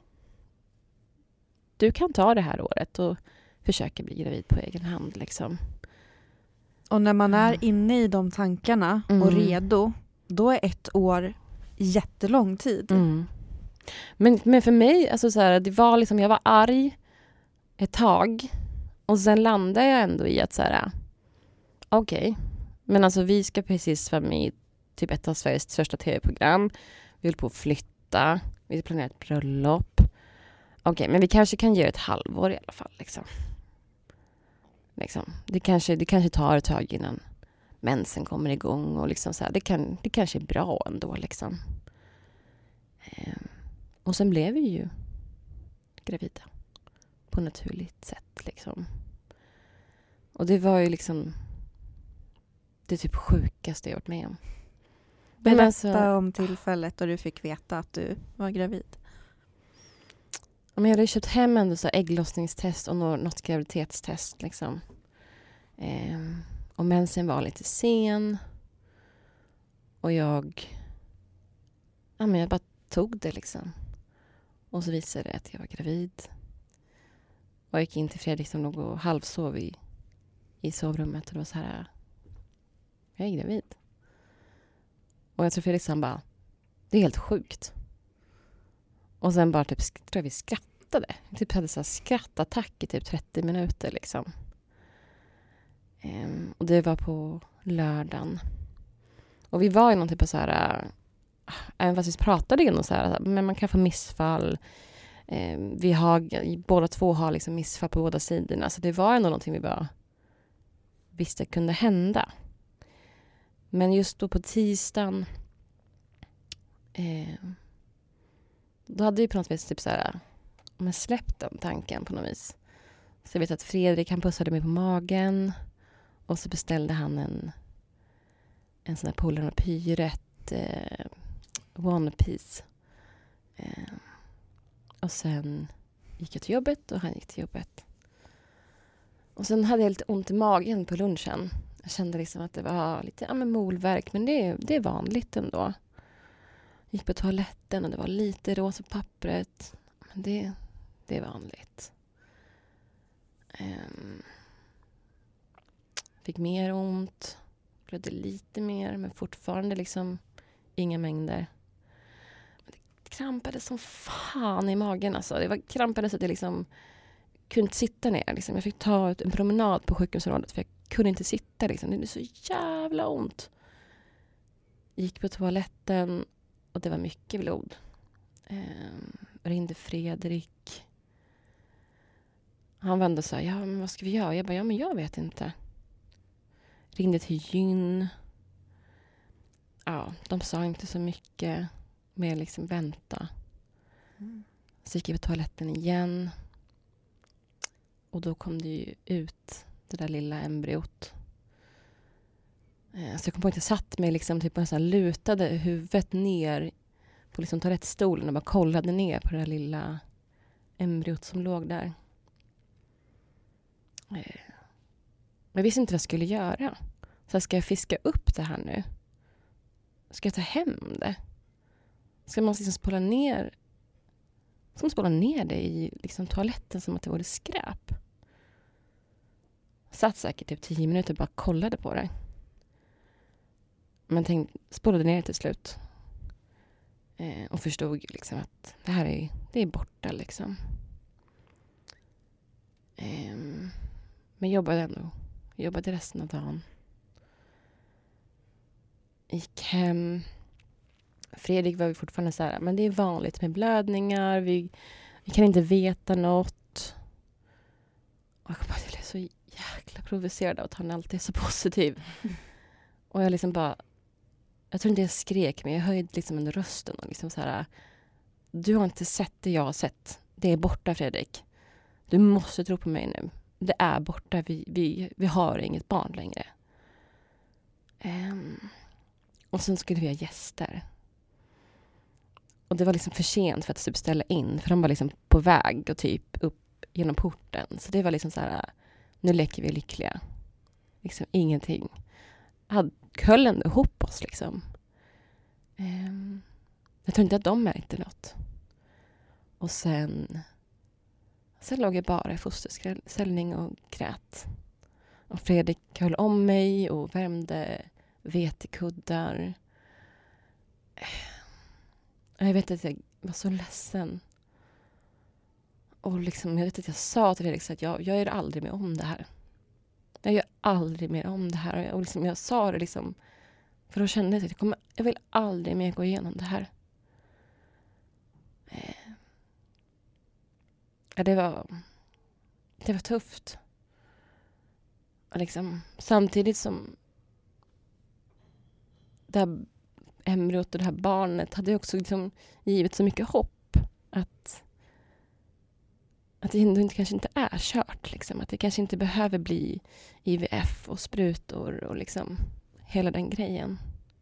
Du kan ta det här året och försöka bli gravid på egen hand. Liksom. Och när man är Mm. inne i de tankarna Mm. och redo, då är ett år jättelång tid. Mm. Men, men för mig, alltså så här, det var liksom, jag var arg ett tag. Och sen landade jag ändå i att så här, okej. Okay. Men alltså vi ska precis vara med i typ ett av Sveriges största tv-program. Vi håller på att flytta. Vi planerar ett bröllop. Okej, okay, men vi kanske kan ge ett halvår i alla fall. Liksom. Liksom. Det, kanske, det kanske tar ett tag innan mensen kommer igång. Och liksom så här, det, kan, det kanske är bra ändå. Liksom. Ehm, och sen blev vi ju gravida. På naturligt sätt. Liksom. Och det var ju liksom det typ sjukaste jag varit med om. Berätta alltså, om tillfället då du fick veta att du var gravid. Jag hade köpt hem ändå så ägglossningstest och något graviditetstest. Liksom. Ehm, och mensen var lite sen. Och jag, ja, men jag bara tog det liksom. Och så visade det att jag var gravid. Och jag gick in till Fredrik som låg och halvsov i, i sovrummet. Och det var så här, jag är gravid. Och jag tror Fredrik sa bara, det är helt sjukt. Och sen bara typ, tror jag vi skrattade. Jag typ hade så här skrattattack i typ trettio minuter liksom. Um, och det var på lördagen. Och vi var i någon typ av så här, uh, även fast vi pratade igen och så här, men man kan få missfall. Um, vi har, båda två har liksom missfall på båda sidorna. Så det var ändå någonting vi bara visste kunde hända. Men just då på tisdagen eh, då hade vi på något vis typ så här, men släppt den tanken på något vis. Så jag vet att Fredrik, han pussade mig på magen och så beställde han en en sån där Polar och Pyret eh, One Piece. Eh, och sen gick jag till jobbet och han gick till jobbet. Och sen hade jag lite ont i magen på lunchen. Jag kände liksom att det var lite ja, men molvärk, men det, det är vanligt ändå. Gick på toaletten och det var lite rosa på pappret. Men det, det är vanligt. Um, fick mer ont. Blödde lite mer, men fortfarande liksom inga mängder. Det krampade som fan i magen. Alltså. Det var krampade så att jag liksom kunde inte sitta ner. Liksom. Jag fick ta en promenad på sjukhusområdet för jag kunde inte sitta. Liksom. Det är så jävla ont. Gick på toaletten och det var mycket blod. Ehm, ringde Fredrik. Han vände och sa, ja men vad ska vi göra? Jag bara, ja men jag vet inte. Ringde till gyn. Ja, de sa inte så mycket. Mer liksom vänta. Mm. Så gick jag på toaletten igen. Och då kom det ju ut det där lilla embryot. Så jag kom på att jag satt mig liksom typ nästan lutade huvudet ner på liksom toalettstolen och bara kollade ner på det där lilla embryot som låg där. Eh, jag visste inte vad jag skulle göra. Så ska jag fiska upp det här nu? Ska jag ta hem det? Ska man liksom spola ner Ska man spola ner det i liksom toaletten som att det vore skräp? Satt säkert typ tio minuter och bara kollade på det. Men tänkte, spolade ner det till slut. Eh, och förstod liksom att det här är, det är borta liksom. Eh, men jobbade ändå. Jobbade resten av dagen. Gick hem. Fredrik var vi fortfarande så här, men det är vanligt med blödningar. Vi, vi kan inte veta något. Och jag bara, jag är så jäkla provocerad av att han alltid är så positiv. Och jag liksom bara, jag tror inte jag skrek, men jag höjde liksom en rösten och liksom så här, du har inte sett det jag har sett. Det är borta, Fredrik. Du måste tro på mig nu. Det är borta. Vi, vi, vi har inget barn längre. Um, och sen skulle vi ha gäster. Och det var liksom för sent för att typ ställa in. För de var liksom på väg och typ upp genom porten. Så det var liksom så här, nu leker vi lyckliga. Liksom ingenting. Hade, höll ändå ihop oss liksom. Um, jag tror inte att de märkte något. Och sen... Sen låg jag bara i fosterställning och grät. Och Fredrik höll om mig och värmde vetekuddar. Jag vet att jag var så ledsen. Och liksom, jag vet att jag sa till Fredrik att jag, jag gör aldrig mer om det här. Jag gör aldrig mer om det här. Och liksom, jag sa det liksom, för då kände jag att jag, kommer, jag vill aldrig mer gå igenom det här. Ja, det var, det var tufft. Och liksom, samtidigt som det här embryot och det här barnet hade också liksom givit så mycket hopp att, att det ändå inte, kanske inte är kört. Liksom. Att det kanske inte behöver bli I V F och sprutor och liksom hela den grejen.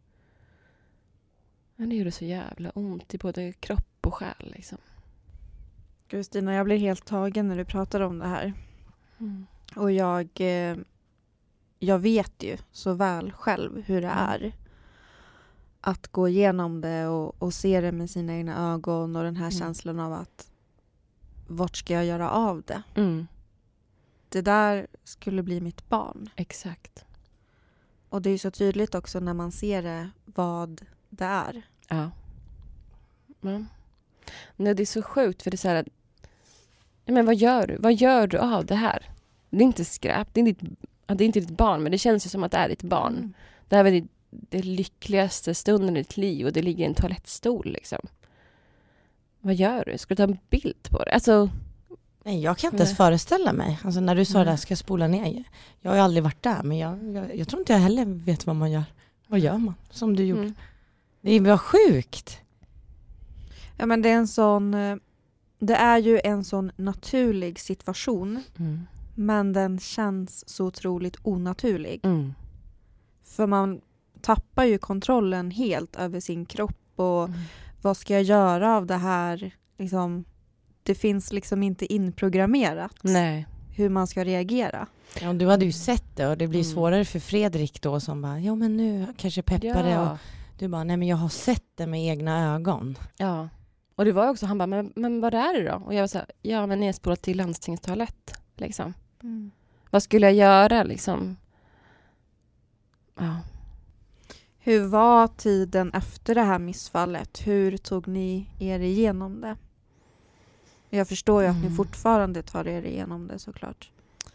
Men det gjorde så jävla ont i både kropp och själ. Liksom. Kristina, jag blir helt tagen när du pratar om det här. Mm. Och jag, eh, jag vet ju så väl själv hur det är att gå igenom det och, och se det med sina egna ögon och den här mm. känslan av att vart ska jag göra av det? Mm. Det där skulle bli mitt barn. Exakt. Och det är ju så tydligt också när man ser det vad det är. Ja. Mm. Nej, det är så sjukt för det är så här att, men vad gör du? Vad gör du av det här? Det är inte skräp, det är inte, det är inte ditt barn, men det känns ju som att det är ditt barn. Mm. Det här är det, det lyckligaste stunden i ditt liv och det ligger i en toalettstol liksom. Vad gör du? Ska du ta en bild på det? Alltså, nej, jag kan inte ens föreställa mig. Alltså när du sa mm. det här, ska jag spola ner? Jag har ju aldrig varit där, men jag, jag, jag tror inte jag heller vet vad man gör. Vad gör man? Som du gjorde. Mm. Det är bara sjukt. Ja, men det är en sån... Det är ju en sån naturlig situation. Mm. Men den känns så otroligt onaturlig. Mm. För man tappar ju kontrollen helt över sin kropp. Och mm. vad ska jag göra av det här? Liksom, det finns liksom inte inprogrammerat. Nej. Hur man ska reagera. Ja, du hade ju sett det och det blir mm. svårare för Fredrik då som bara, ja men nu kanske peppar det. Ja. Och du bara, nej men jag har sett det med egna ögon. Ja. Och det var också, han bara, men, men vad är det då? Och jag var så här, ja men nedspolat till landstingets toalett. Liksom. Mm. Vad skulle jag göra liksom? Ja. Hur var tiden efter det här missfallet? Hur tog ni er igenom det? Jag förstår ju mm. att ni fortfarande tar er igenom det såklart.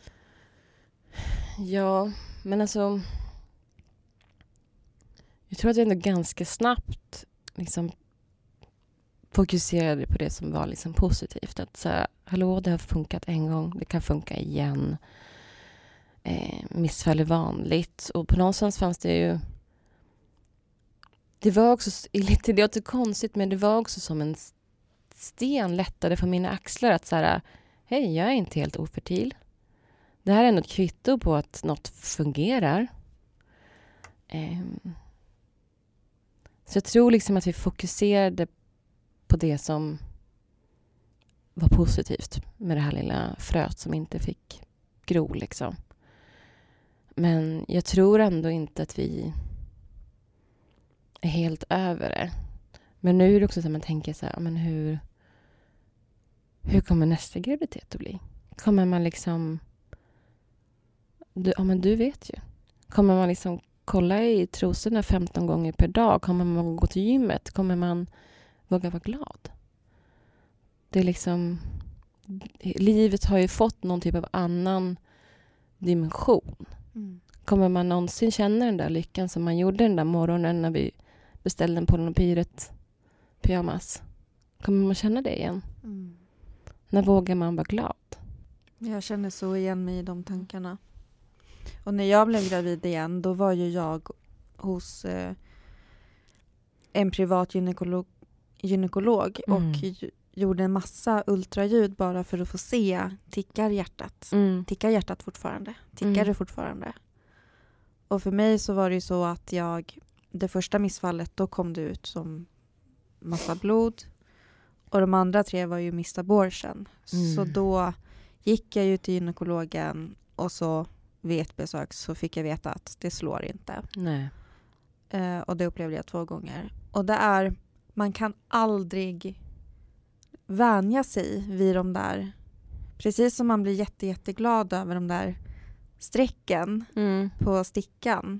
Ja, men alltså... Jag tror att vi ändå ganska snabbt liksom fokuserade på det som var liksom positivt. Att så här, hallå, det har funkat en gång, det kan funka igen. Eh, missfall är vanligt. Och på någonstans fanns det ju... Det var också lite, det låter konstigt, men det var också som en sten lättade från mina axlar. Att så här, hej, jag är inte helt ofertil. Det här är något kvitto på att något fungerar. Eh, så jag tror liksom att vi fokuserade på det som var positivt med det här lilla fröet som inte fick gro liksom. Men jag tror ändå inte att vi är helt över det. Men nu är det också så att man tänker så här, men hur hur kommer nästa graviditet att bli? Kommer man liksom du, ja men du vet ju. Kommer man liksom kolla i trosorna femton gånger per dag? Kommer man gå till gymmet? Kommer man våga vara glad? Det är liksom livet har ju fått någon typ av annan dimension. Mm. Kommer man någonsin känna den där lyckan som man gjorde den där morgonen när vi beställde en Polypiret pyjamas? Kommer man känna det igen? Mm. När vågar man vara glad? Jag känner så igen mig i de tankarna. Och när jag blev gravid igen, då var ju jag hos eh, en privat gynekolog, gynekolog Mm. och ju, gjorde en massa ultraljud bara för att få se, tickar hjärtat? Mm. Tickar hjärtat fortfarande? Tickar Mm. det fortfarande? Och för mig så var det ju så att jag, det första missfallet, då kom det ut som massa blod. Och de andra tre var ju missed abortion. Mm. Så då gick jag ju till gynekologen och så vid ett besök så fick jag veta att det slår inte. Nej. Eh, och det upplevde jag två gånger. Och det är, man kan aldrig vänja sig vid de där, precis som man blir jätte, jätteglad över de där strecken Mm. på stickan.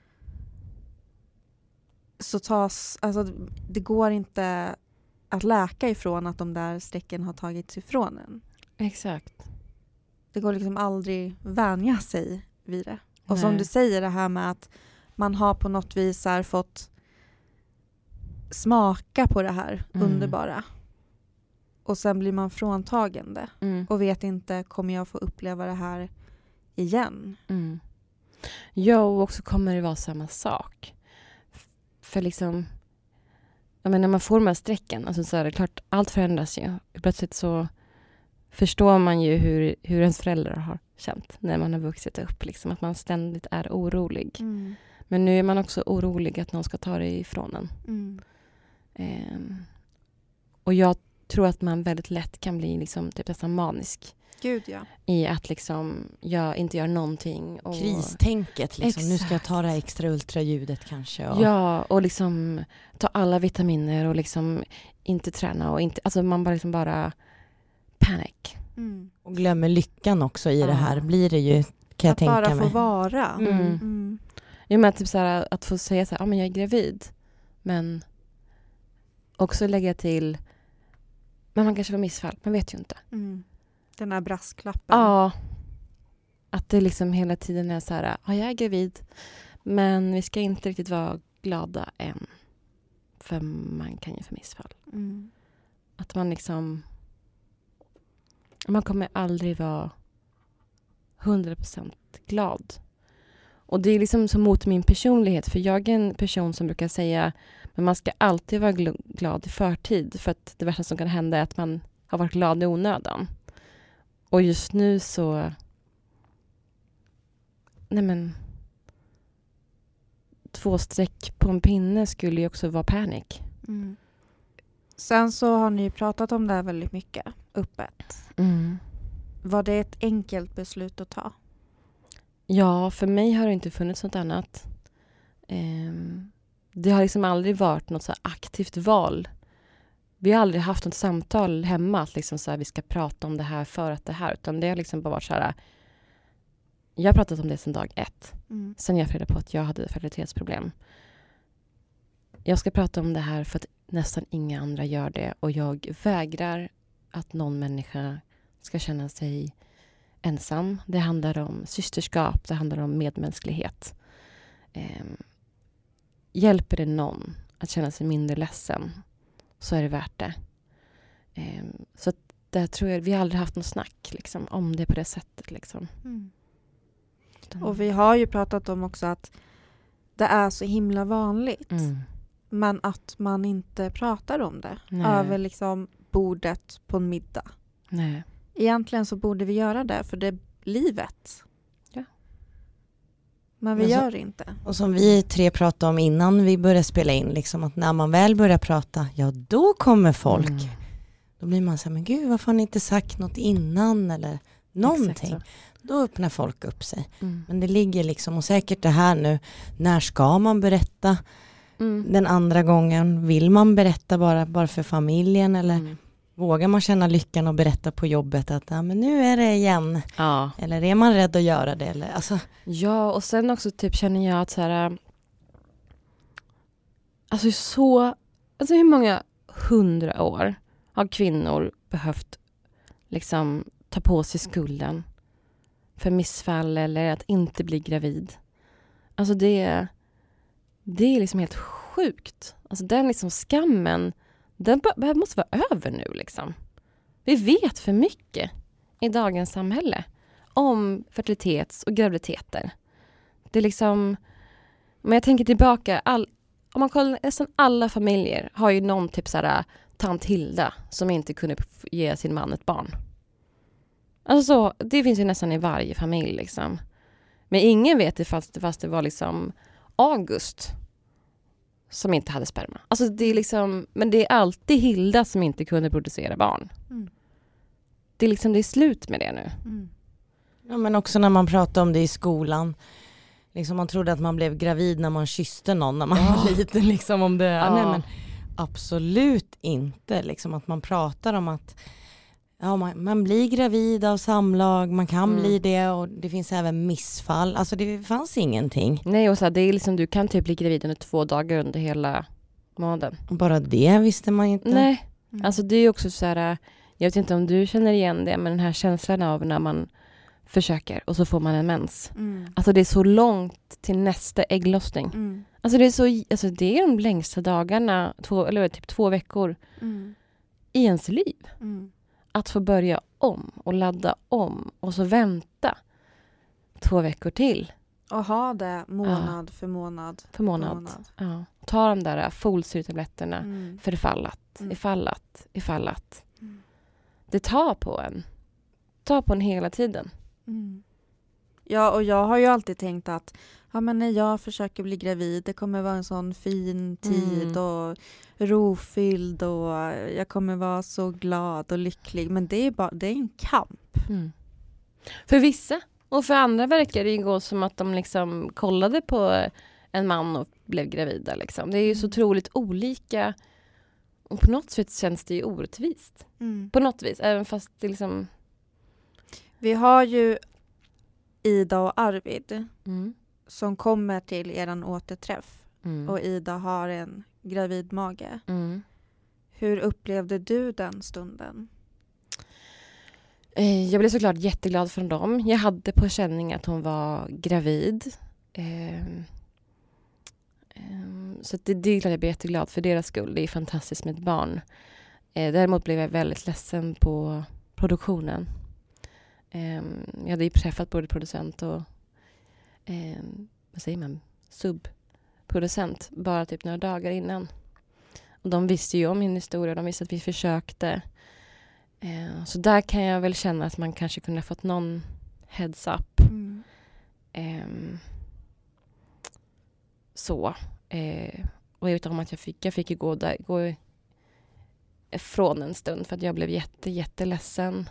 Så tas, alltså det går inte att läka ifrån att de där strecken har tagits ifrån en. Exakt. Det går liksom aldrig vänja sig vid det. Och Nej. som du säger, det här med att man har på något vis här fått smaka på det här Mm. underbara. Och sen blir man fråntagen det. Mm. Och vet inte, kommer jag få uppleva det här igen? Mm. Ja, och också kommer det vara samma sak. F- För liksom, jag menar, när man får de här strecken, alltså så är det klart, allt förändras ju. Plötsligt så förstår man ju hur, hur ens föräldrar har känt när man har vuxit upp. Liksom, att man ständigt är orolig. Mm. Men nu är man också orolig att någon ska ta det ifrån en. Mm. Ehm, och jag tror att man väldigt lätt kan bli liksom, typ nästan manisk. Gud ja. I att liksom, jag inte gör någonting. Och, Kristänket liksom. Nu ska jag Exakt. ta det här extra ultraljudet kanske. Och... Ja, och liksom ta alla vitaminer och liksom inte träna och inte, alltså man bara liksom bara panic. Mm. och glömmer lyckan också i Ja. det här. Blir det ju, kan jag Att tänka bara mig. få vara. Mm. Mm. Jo, men typ så här, att få säga så här, ja men jag är gravid. Men också lägga till, men man kanske var missfall, man vet ju inte. Mm. Den här brasklappen. Ja. Att det liksom hela tiden är så här, ja jag är gravid. Men vi ska inte riktigt vara glada än. För man kan ju få missfall. Mm. Att man liksom, man kommer aldrig vara hundra procent glad. Och det är liksom så mot min personlighet. För jag är en person som brukar säga, men man ska alltid vara gl- glad i förtid. För att det värsta som kan hända är att man har varit glad i onödan. Och just nu så, nej men, två streck på en pinne skulle ju också vara panik. Mm. Sen så har ni ju pratat om det här väldigt mycket öppet. Mm. Var det ett enkelt beslut att ta? Ja, för mig har det inte funnits något annat. Ehm, det har liksom aldrig varit något så här aktivt val. Vi har aldrig haft något samtal hemma att liksom så här, vi ska prata om det här för att det här. Utan det har liksom bara varit så här, jag har pratat om det sedan dag ett. Mm. Sen jag fick reda på att jag hade fertilitetsproblem. Jag ska prata om det här för att nästan inga andra gör det. Och jag vägrar att någon människa ska känna sig ensam. Det handlar om systerskap, det handlar om medmänsklighet. Eh, hjälper det någon att känna sig mindre ledsen, så är det värt det. Eh, så att där tror jag, vi har aldrig haft något snack liksom, om det på det sättet. Liksom. Mm. Utan- Och vi har ju pratat om också att det är så himla vanligt. Mm. Men att man inte pratar om det. Nej. Över liksom bordet på en middag. Nej. Egentligen så borde vi göra det, för det är livet. Ja. Men vi Men så- gör inte. Och som vi tre pratade om innan vi började spela in, liksom, att när man väl börjar prata, ja då kommer folk. Mm. Då blir man så här, men gud varför har ni inte sagt något innan eller någonting. Exakt Då öppnar folk upp sig. så. Mm. Men det ligger liksom, och säkert det här nu, när ska man berätta Mm. den andra gången? Vill man berätta bara, bara för familjen eller Mm. vågar man känna lyckan och berätta på jobbet att ja, men nu är det igen? Ja. Eller är man rädd att göra det? Eller, alltså, Ja, och sen också typ känner jag att så här, alltså så, alltså hur många hundra år har kvinnor behövt liksom ta på sig skulden för missfall eller att inte bli gravid? Alltså det, det är liksom helt sjukt. Alltså den liksom skammen, den b- måste vara över nu liksom. Vi vet för mycket i dagens samhälle om fertilitets- och graviditeter. Det är liksom, men jag tänker tillbaka, all, om man kollar, nästan alla familjer har ju någon typ såhär tant Hilda som inte kunde f- ge sin man ett barn. Alltså så, det finns ju nästan i varje familj liksom. Men ingen vet det fast, fast det var liksom August som inte hade sperma. Alltså det är liksom, men det är alltid Hilda som inte kunde producera barn. Mm. Det är liksom, det är slut med det nu. Mm. ja, men också när man pratar om det i skolan. Liksom man trodde att man blev gravid när man kysste någon när man Ja. var liten. Liksom om det, Ja. nej, men absolut inte. Liksom att man pratar om att ja, man, man blir gravid av samlag, man kan Mm. bli det och det finns även missfall. Alltså det fanns ingenting. Nej, och så här, det är liksom, du kan typ bli gravid under två dagar under hela månaden. Bara det visste man ju inte. Nej, Mm. alltså det är också så här, jag vet inte om du känner igen det, men den här känslan av när man försöker och så får man en mens. Mm. Alltså det är så långt till nästa ägglossning. Mm. Alltså det är så, alltså det är de längsta dagarna, två, eller typ två veckor Mm. i ens liv. Mm. Att få börja om och ladda om och så vänta två veckor till Och ha det månad för månad. för månad. månad. Ja. Ta de där folsyretabletterna Mm. för ifall att, Mm. ifall att, ifall att. Mm. Det tar på en. Tar på en hela tiden. Mm. Ja, och jag har ju alltid tänkt att ja, men när jag försöker bli gravid, det kommer vara en sån fin tid Mm. och rofylld och jag kommer vara så glad och lycklig. Men det är bara det är en kamp. Mm. För vissa. Och för andra verkar det ju gå som att de liksom kollade på en man och blev gravida. Liksom. Det är ju så otroligt olika. Och på något sätt känns det ju orättvist. Mm. På något vis. Även fast det liksom... Vi har ju Ida och Arvid Mm. som kommer till eran återträff. Mm. Och Ida har en gravid mage. Mm. Hur upplevde du den stunden? Eh, Jag blev såklart jätteglad för dem. Jag hade på känning att hon var gravid. Ehm, ehm, så att det, det är klart jag blev jätteglad för deras skull. Det är fantastiskt med ett barn. Eh, däremot blev jag väldigt ledsen på produktionen. Ehm, jag hade ju träffat både producent och ehm, vad säger man? subproducent bara typ några dagar innan. Och de visste ju om min historia. De visste att vi försökte. Eh, så där kan jag väl känna att man kanske kunde ha fått någon heads up. Mm. Ehm, så. Eh, och jag vet om att jag fick, jag fick ju gå, där, gå ifrån en stund för att jag blev jätte, jätteledsen.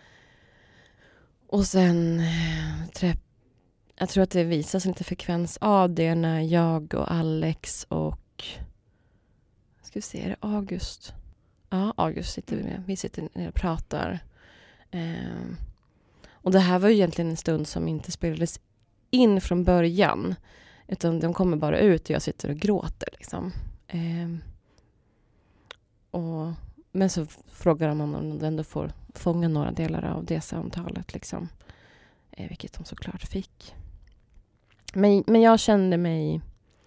Och sen eh, träff, jag tror att det visas lite frekvens av det när jag och Alex och ska vi se, är det August? Ja, August sitter vi med. Vi sitter ner och pratar. Eh, och det här var ju egentligen en stund som inte spelades in från början. Utan de kommer bara ut och jag sitter och gråter. Liksom. Eh, och, men så frågar de om de ändå får fånga några delar av det samtalet. Liksom. Eh, vilket de såklart fick. Men, men jag kände mig...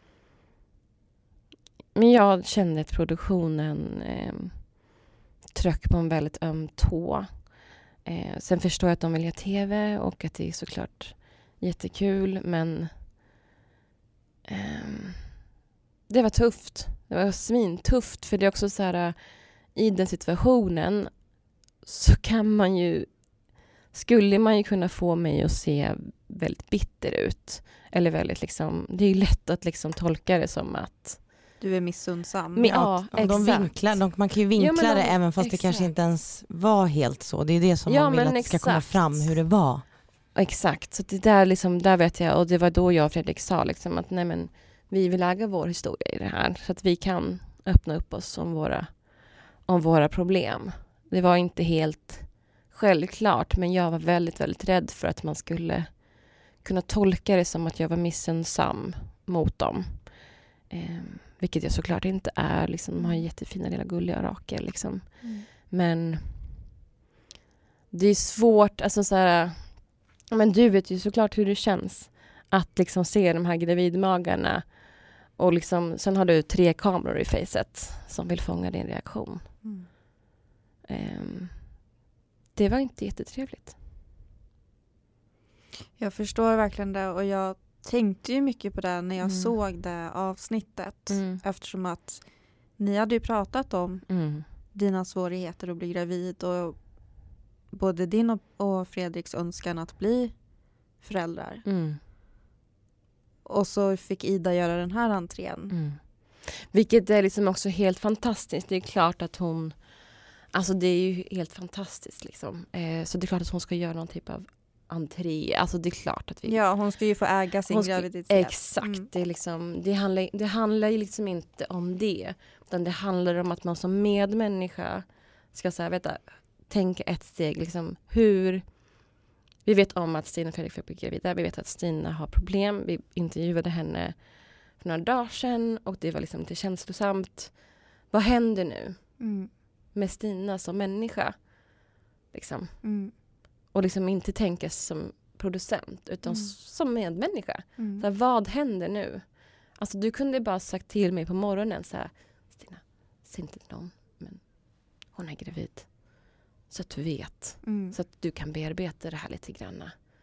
Men jag kände att produktionen eh, tryck på en väldigt öm tå. Eh, sen förstår jag att de vill göra tv och att det är såklart jättekul. Men eh, det var tufft. Det var svintufft. För det är också så här, i den situationen så kan man ju skulle man ju kunna få mig att se väldigt bitter ut. Eller väldigt liksom, det är ju lätt att liksom tolka det som att du är missundsam. Men, ja, ja, de vinklar, de, man kan ju vinkla ja, de, det även fast exakt. Det kanske inte ens var helt så. Det är det som ja, man vill att det ska komma fram hur det var. Exakt, så det där, liksom, där vet jag, och det var då jag och Fredrik sa liksom, att nej, men, vi vill äga vår historia i det här så att vi kan öppna upp oss om våra, om våra problem. Det var inte helt självklart, men jag var väldigt, väldigt rädd för att man skulle kunna tolka det som att jag var missundsam mot dem. Eh, vilket jag såklart inte är. Liksom, de har jättefina lilla gulliga Rakel. Liksom. Mm. Men det är svårt. Alltså, så här, men du vet ju såklart hur det känns att liksom, se de här gravidmagarna. Och liksom, sen har du tre kameror i facet som vill fånga din reaktion. Mm. Eh, det var inte jättetrevligt. Jag förstår verkligen det och jag tänkte ju mycket på det när jag mm. såg det avsnittet. Mm. Eftersom att ni hade ju pratat om mm. dina svårigheter att bli gravid och både din och, och Fredriks önskan att bli föräldrar. Mm. Och så fick Ida göra den här entrén. Mm. Vilket är liksom också helt fantastiskt. Det är klart att hon, alltså det är ju helt fantastiskt liksom. Eh, så det är klart att hon ska göra någon typ av entré. Alltså det är klart att vi... Ja, hon ska ju få äga sin ska, graviditet. Exakt. Mm. Det, är liksom, det, handlar, det handlar ju liksom inte om det. Utan det handlar om att man som medmänniska ska så här, veta, tänka ett steg. Liksom, hur... Vi vet om att Stina och Fredrik får bli gravida. Vi vet att Stina har problem. Vi intervjuade henne för några dagar sedan. Och det var liksom lite känslosamt. Vad händer nu mm. med Stina som människa? Liksom. Mm. Och liksom inte tänka som producent utan mm. som medmänniska. Mm. Så här, vad händer nu? Alltså du kunde bara sagt till mig på morgonen så här, Stina, säg inte till någon, men hon är gravid. Så att du vet. Mm. Så att du kan bearbeta det här lite grann.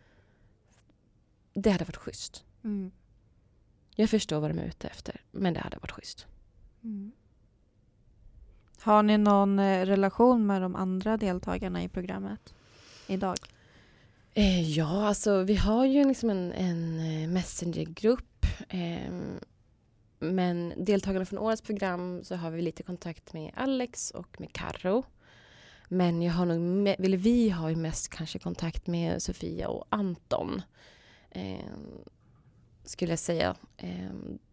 Det hade varit schysst. Mm. Jag förstår vad de är ute efter, men det hade varit schysst. Mm. Har ni någon eh, relation med de andra deltagarna i programmet idag? Eh, ja, alltså vi har ju liksom en, en messengergrupp. Eh, men deltagarna från årets program så har vi lite kontakt med Alex och med Karo. Men jag har nog me- eller vi har ju mest kanske kontakt med Sofia och Anton. Eh, skulle jag säga. Eh,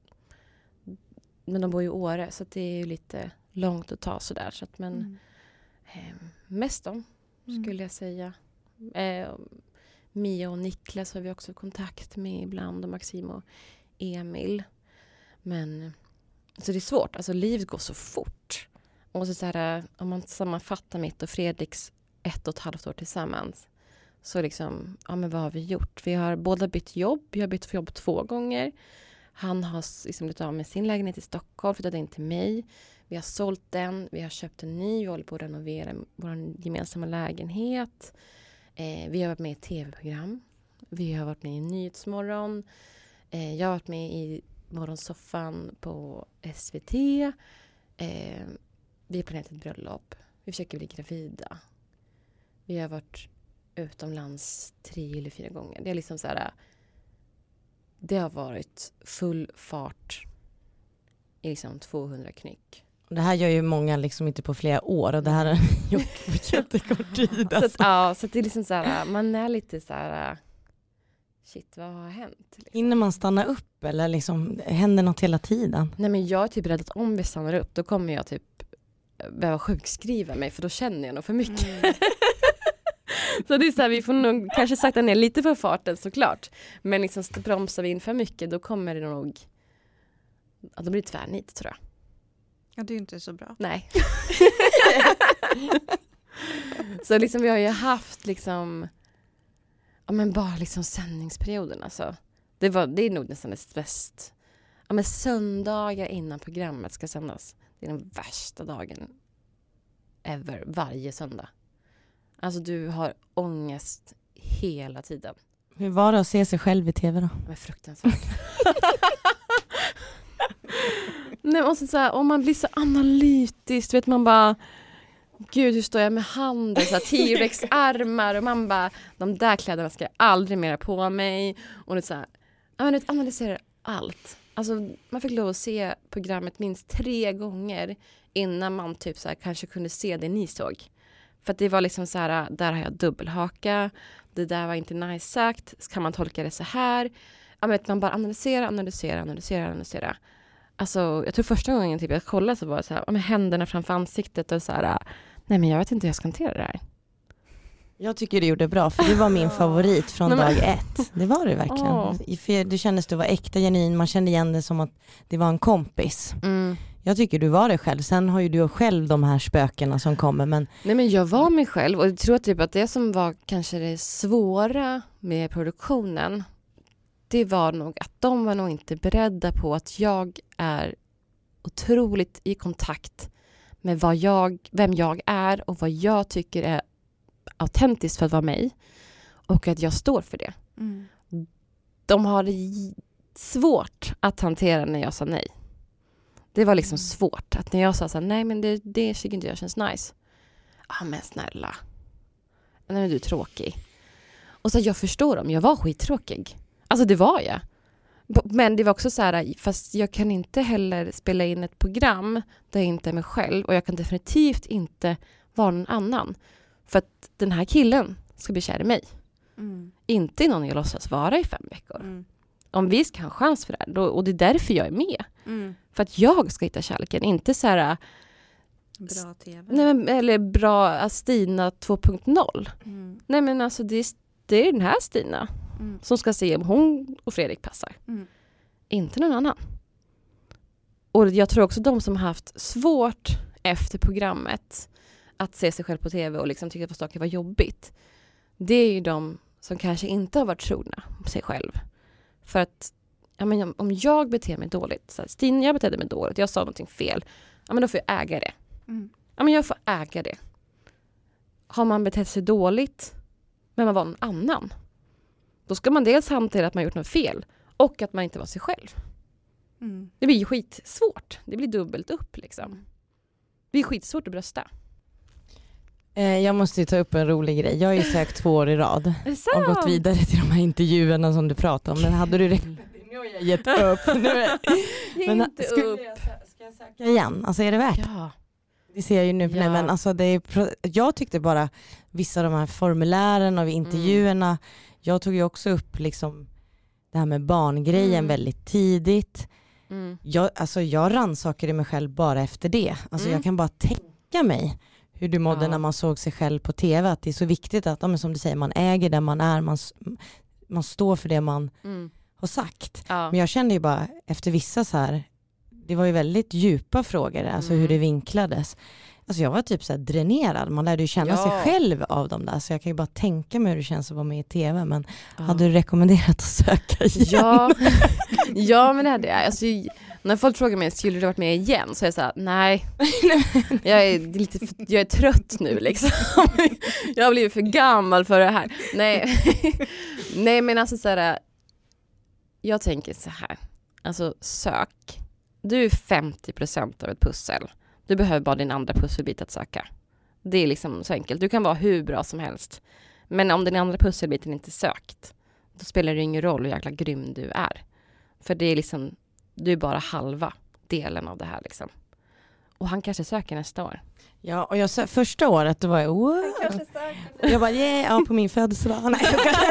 men de bor ju i Åre så att det är ju lite långt att ta sådär. Så att, men mm. eh, mest dem skulle mm. jag säga. Eh, Mia och Niklas har vi också kontakt med ibland och Maxim och Emil. Men så det är svårt. Alltså livet går så fort. Och så, så här, om man sammanfattar mitt och Fredriks ett och ett halvt år tillsammans. Så liksom, ja men vad har vi gjort? Vi har båda bytt jobb. Jag har bytt jobb två gånger. Han har liksom blivit av med sin lägenhet i Stockholm, flyttat in till mig. Vi har sålt den, vi har köpt en ny, vi håller på att renovera vår gemensamma lägenhet. Eh, vi har varit med i tv-program. Vi har varit med i Nyhetsmorgon. Eh, jag har varit med i Morgonsoffan på S V T. Eh, vi har planerat ett bröllop. Vi försöker bli gravida. Vi har varit utomlands tre eller fyra gånger. Det är liksom så här... Det har varit full fart i liksom tvåhundra knyck. Det här gör ju många liksom inte på flera år och det här har gjort på jättekort tid. Alltså. Så, att, ja, så att det är liksom så här, man är lite så här, shit, vad har hänt? Liksom. Innan man stannar upp eller liksom, händer något hela tiden? Nej, men jag är typ rädd att om vi stannar upp då kommer jag typ behöva sjukskriva mig för då känner jag nog för mycket. Mm. Så det är så här, vi får nog kanske sakta ner lite på farten såklart. Men liksom bromsar vi in för mycket då kommer det nog, ja, då blir det tvärnit tror jag. Ja, det är ju inte så bra. Nej. Så liksom vi har ju haft liksom, ja men bara liksom sändningsperioden alltså. Det, var, det är nog nästan det bäst. Ja men söndagar innan programmet ska sändas. Det är den värsta dagen ever, varje söndag. Alltså du har ångest hela tiden. Hur var det att se sig själv i tv då? Men fruktansvärt. Nej, och så så här, om man blir så analytisk, vet man bara, gud hur står jag med handen, så här T-Rex-armar och man bara, de där kläderna ska jag aldrig mer på mig. Och det så här, ja men det analyserar allt. Alltså man fick lov att se programmet minst tre gånger innan man typ så här kanske kunde se det ni såg. För att det var liksom så här, där har jag dubbelhaka, det där var inte nice sagt, kan man tolka det så här? Ja men man bara analysera, analysera, analysera, analysera. Alltså jag tror första gången typ jag kollade så var det så här, med händerna framför ansiktet och så här, nej men jag vet inte hur jag ska hantera det här. Jag tycker du gjorde bra, för det var min favorit från Nej, men... dag ett. Det var det verkligen. Åh. För det kändes du var äkta, genuin, man kände igen det som att det var en kompis. Mm. Jag tycker du var det själv. Sen har ju du själv de här spökena som kommer. Men... Nej men jag var mig själv och jag tror typ att det som var kanske det svåra med produktionen, det var nog att de var nog inte beredda på att jag är otroligt i kontakt med vad jag, vem jag är och vad jag tycker är autentiskt för att vara mig och att jag står för det. Mm. De har det svårt att hantera när jag sa nej. Det var liksom mm. svårt att när jag sa så här, nej men det, det tycker inte jag känns nice. Ja ah, men snälla. Nej men du är tråkig. Och så jag förstår dem, jag var skittråkig. Alltså det var jag. Men det var också så här, fast jag kan inte heller spela in ett program där jag inte är mig själv. Och jag kan definitivt inte vara någon annan. För att den här killen ska bli kär i mig. Mm. Inte i någon jag låtsas vara i fem veckor. Mm. Om vi ska ha en chans för det här. Då, och det är därför jag är med. Mm. För att jag ska hitta kärleken. Inte så här... Bra tv. Nej, men, eller bra Stina två punkt noll. Mm. Nej men alltså det är, det är den här Stina. Mm. Som ska se om hon och Fredrik passar. Mm. Inte någon annan. Och jag tror också de som har haft svårt efter programmet att se sig själv på tv och liksom tycka att saker var jobbigt. Det är ju de som kanske inte har varit trogna om sig själv. För att ja, men om jag beter mig dåligt, så här, Stina, jag betedde mig dåligt, jag sa någonting fel, ja men då får jag äga det. Mm. Ja men jag får äga det. Har man betett sig dåligt men man var någon annan, då ska man dels hantera att man gjort något fel och att man inte var sig själv. Mm. Det blir ju skitsvårt. Det blir dubbelt upp liksom. Det blir skitsvårt att brösta. Eh, jag måste ju ta upp en rolig grej. Jag har ju sökt två år i rad och gått vidare till de här intervjuerna som du pratade om. Men hade du räknat? Nu har jag gett upp. Nu men inte skulle upp. Jag, ska jag söka igen? Alltså är det värt? Ja. Det ser jag ju nu. Ja. Nej, men alltså det är, jag tyckte bara vissa av de här formulären av intervjuerna. Mm. Jag tog ju också upp liksom det här med barngrejen mm. väldigt tidigt. Mm. Jag, alltså jag rannsakade mig själv bara efter det. Alltså mm. jag kan bara tänka mig hur du mådde ja. när man såg sig själv på tv. Att det är så viktigt att, ja, men som du säger, man äger det man är. Man, man står för det man mm. har sagt. Ja. Men jag kände ju bara efter vissa så här, det var ju väldigt djupa frågor. Alltså mm. hur det vinklades. Alltså jag var typ så här dränerad. Man lärde ju känna ja. sig själv av dem där. Så jag kan ju bara tänka mig hur det känns att vara med i tv. Men ja. hade du rekommenderat att söka igen? Ja, ja men det hade jag. Alltså, när folk frågar mig, skulle du varit med igen? Så är jag så här, nej. jag, är lite för, jag är trött nu liksom. Jag har blivit för gammal för det här. Nej, nej men alltså så här. Jag tänker så här. Alltså sök. Du är femtio procent av ett pussel. Du behöver bara din andra pusselbit att söka. Det är liksom så enkelt. Du kan vara hur bra som helst. Men om den andra pusselbiten inte är sökt, då spelar det ingen roll hur jäkla grym du är. För det är liksom, du är bara halva delen av det här liksom. Och han kanske söker nästa år. Ja, och jag sö- första året då var jag wow. Jag bara yeah, ja, på min födelsedag. Nej,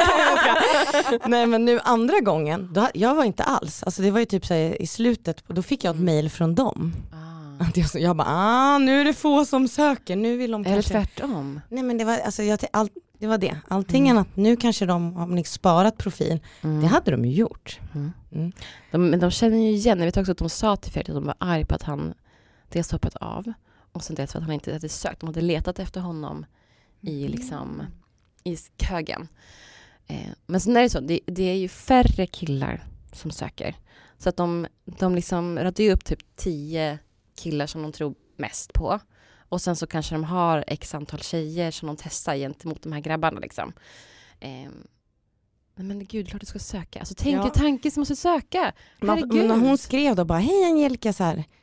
Nej, men nu andra gången, då, jag var inte alls. Alltså det var ju typ så här, i slutet, då fick jag ett mejl från dem. Ah. Att jag, jag bara, ah, nu är det få som söker. Nu vill de kanske... Eller tvärtom. Nej, men det var, alltså, jag, all, det var det. Allting mm. att nu kanske de har liksom sparat profil. Mm. Det hade de ju gjort. Mm. Mm. De, men de känner ju igen. Jag vet också att de sa till Fredrik att de var arg på att han dels hoppat av. Och sen dels för att han inte hade sökt. De hade letat efter honom i, liksom, i högen. Eh, men sen är det så, det, det är ju färre killar som söker. Så att de, de liksom radar ju upp typ tio killar som de tror mest på. Och sen så kanske de har x antal tjejer som de testar gentemot de här grabbarna liksom. Eh, men gud, klart du ska söka. Alltså tänk ja. tanke som måste söka. Men, men när hon skrev då bara, hej Angelica så här.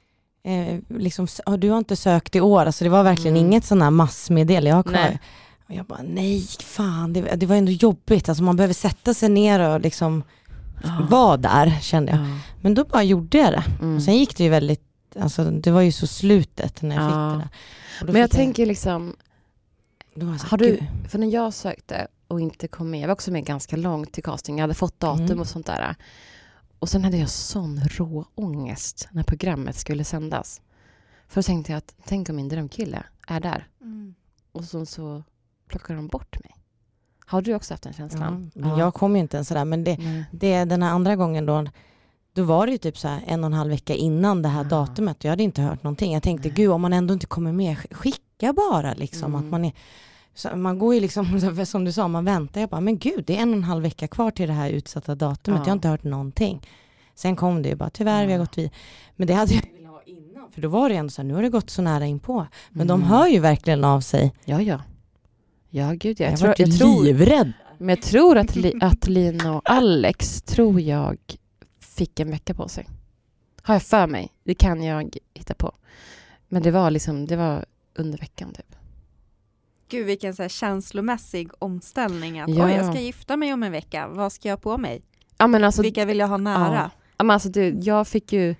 eh, liksom, du har inte sökt i år. Alltså det var verkligen mm. inget sån här massmeddel jag har kvar. Nej. Och jag bara, nej fan, det, det var ändå jobbigt. Alltså man behöver sätta sig ner och liksom oh. vara där, kände jag. Oh. Men då bara gjorde jag det. Mm. Och sen gick det ju väldigt, alltså det var ju så slutet när jag oh. fick det där. Men jag, jag tänker liksom, så, har du, för när jag sökte och inte kom med, jag var också med ganska långt till casting, jag hade fått datum mm. och sånt där. Och sen hade jag sån rå ångest när programmet skulle sändas. För då tänkte jag att, tänk om min drömkille är där. Mm. Och så, så plockar de bort mig. Har du också haft den känslan? Ja, men ja. Jag kom ju inte ens sådär. Men det, mm. det, den här andra gången då, då var det ju typ så här en och en halv vecka innan det här ja. datumet. Jag hade inte hört någonting. Jag tänkte, Nej. gud om man ändå inte kommer med, skicka bara liksom. Mm. Att man är, så man går ju liksom, som du sa, man väntar. Jag bara, men gud, det är en och en halv vecka kvar till det här utsatta datumet. Ja. Jag har inte hört någonting. Sen kom det ju bara, tyvärr, ja. vi har gått vid. Men det hade jag velat ha innan. För då var det ändå så här, nu har det gått så nära in på. Men mm. de hör ju verkligen av sig. Ja, ja. Ja, gud. Jag, jag tror, var jag tror, livrädd. Men jag tror att, li, att Lina och Alex, tror jag, fick en vecka på sig. Har jag för mig. Det kan jag hitta på. Men det var liksom, det var under veckan typ. Gud, vilken så här känslomässig omställning. Att, ja, Oj, jag ska gifta mig om en vecka. Vad ska jag ha på mig? Ja, men alltså, vilka vill jag ha nära? Ja. Ja, men alltså, du, jag fick ju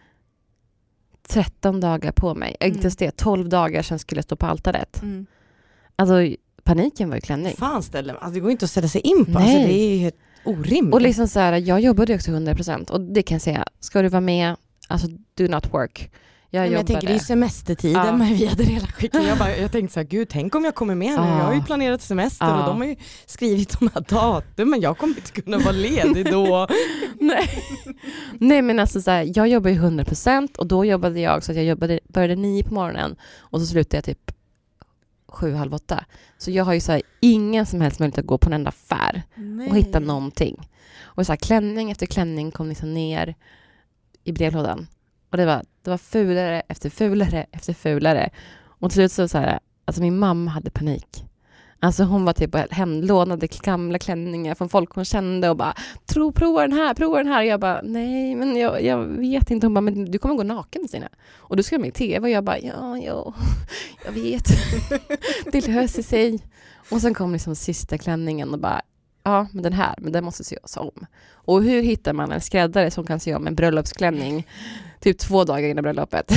tretton dagar på mig. Mm. Inte det, tolv dagar sedan skulle jag stå på altaret. Mm. Alltså, paniken var ju klänning. Fan ställer alltså, det går inte att ställa sig in på. Alltså, det är ju helt orimligt. Och liksom så här, jag jobbade också hundra procent. Och det kan jag säga, ska du vara med, alltså do not work. Jag, men jag tänker det är semestertiden, ja. men vi hade redan skickat. Jag, bara, jag tänkte så här, gud, tänk om jag kommer med nu. Ja. Jag har ju planerat semester ja. och de har ju skrivit de här datum, men jag kommer inte kunna vara ledig då. Nej. Nej, men alltså så här, jag jobbar ju hundra procent och då jobbade jag så att jag jobbade, började nio på morgonen och så slutade jag typ sju, halv åtta. Så jag har ju så här, ingen som helst möjlighet att gå på en enda affär Nej. och hitta någonting. Och så här, klänning efter klänning kom liksom ner i brevlådan. Och det var, det var fulare efter fulare efter fulare. Och till slut så, så här, alltså min mamma hade panik. Alltså hon var typ hemlånade gamla klänningar från folk hon kände och bara, tro, prova den här, prova den här. Och jag bara, nej, men jag, jag vet inte. Hon bara, men du kommer gå naken, Stina. Och du ska med i tv. Och jag bara, ja, ja, jag vet. Det löser sig. Och sen kom liksom sista klänningen och bara, ja, men den här, men den måste syas om. Och hur hittar man en skräddare som kan sy om en bröllopsklänning typ två dagar innan bröllopet?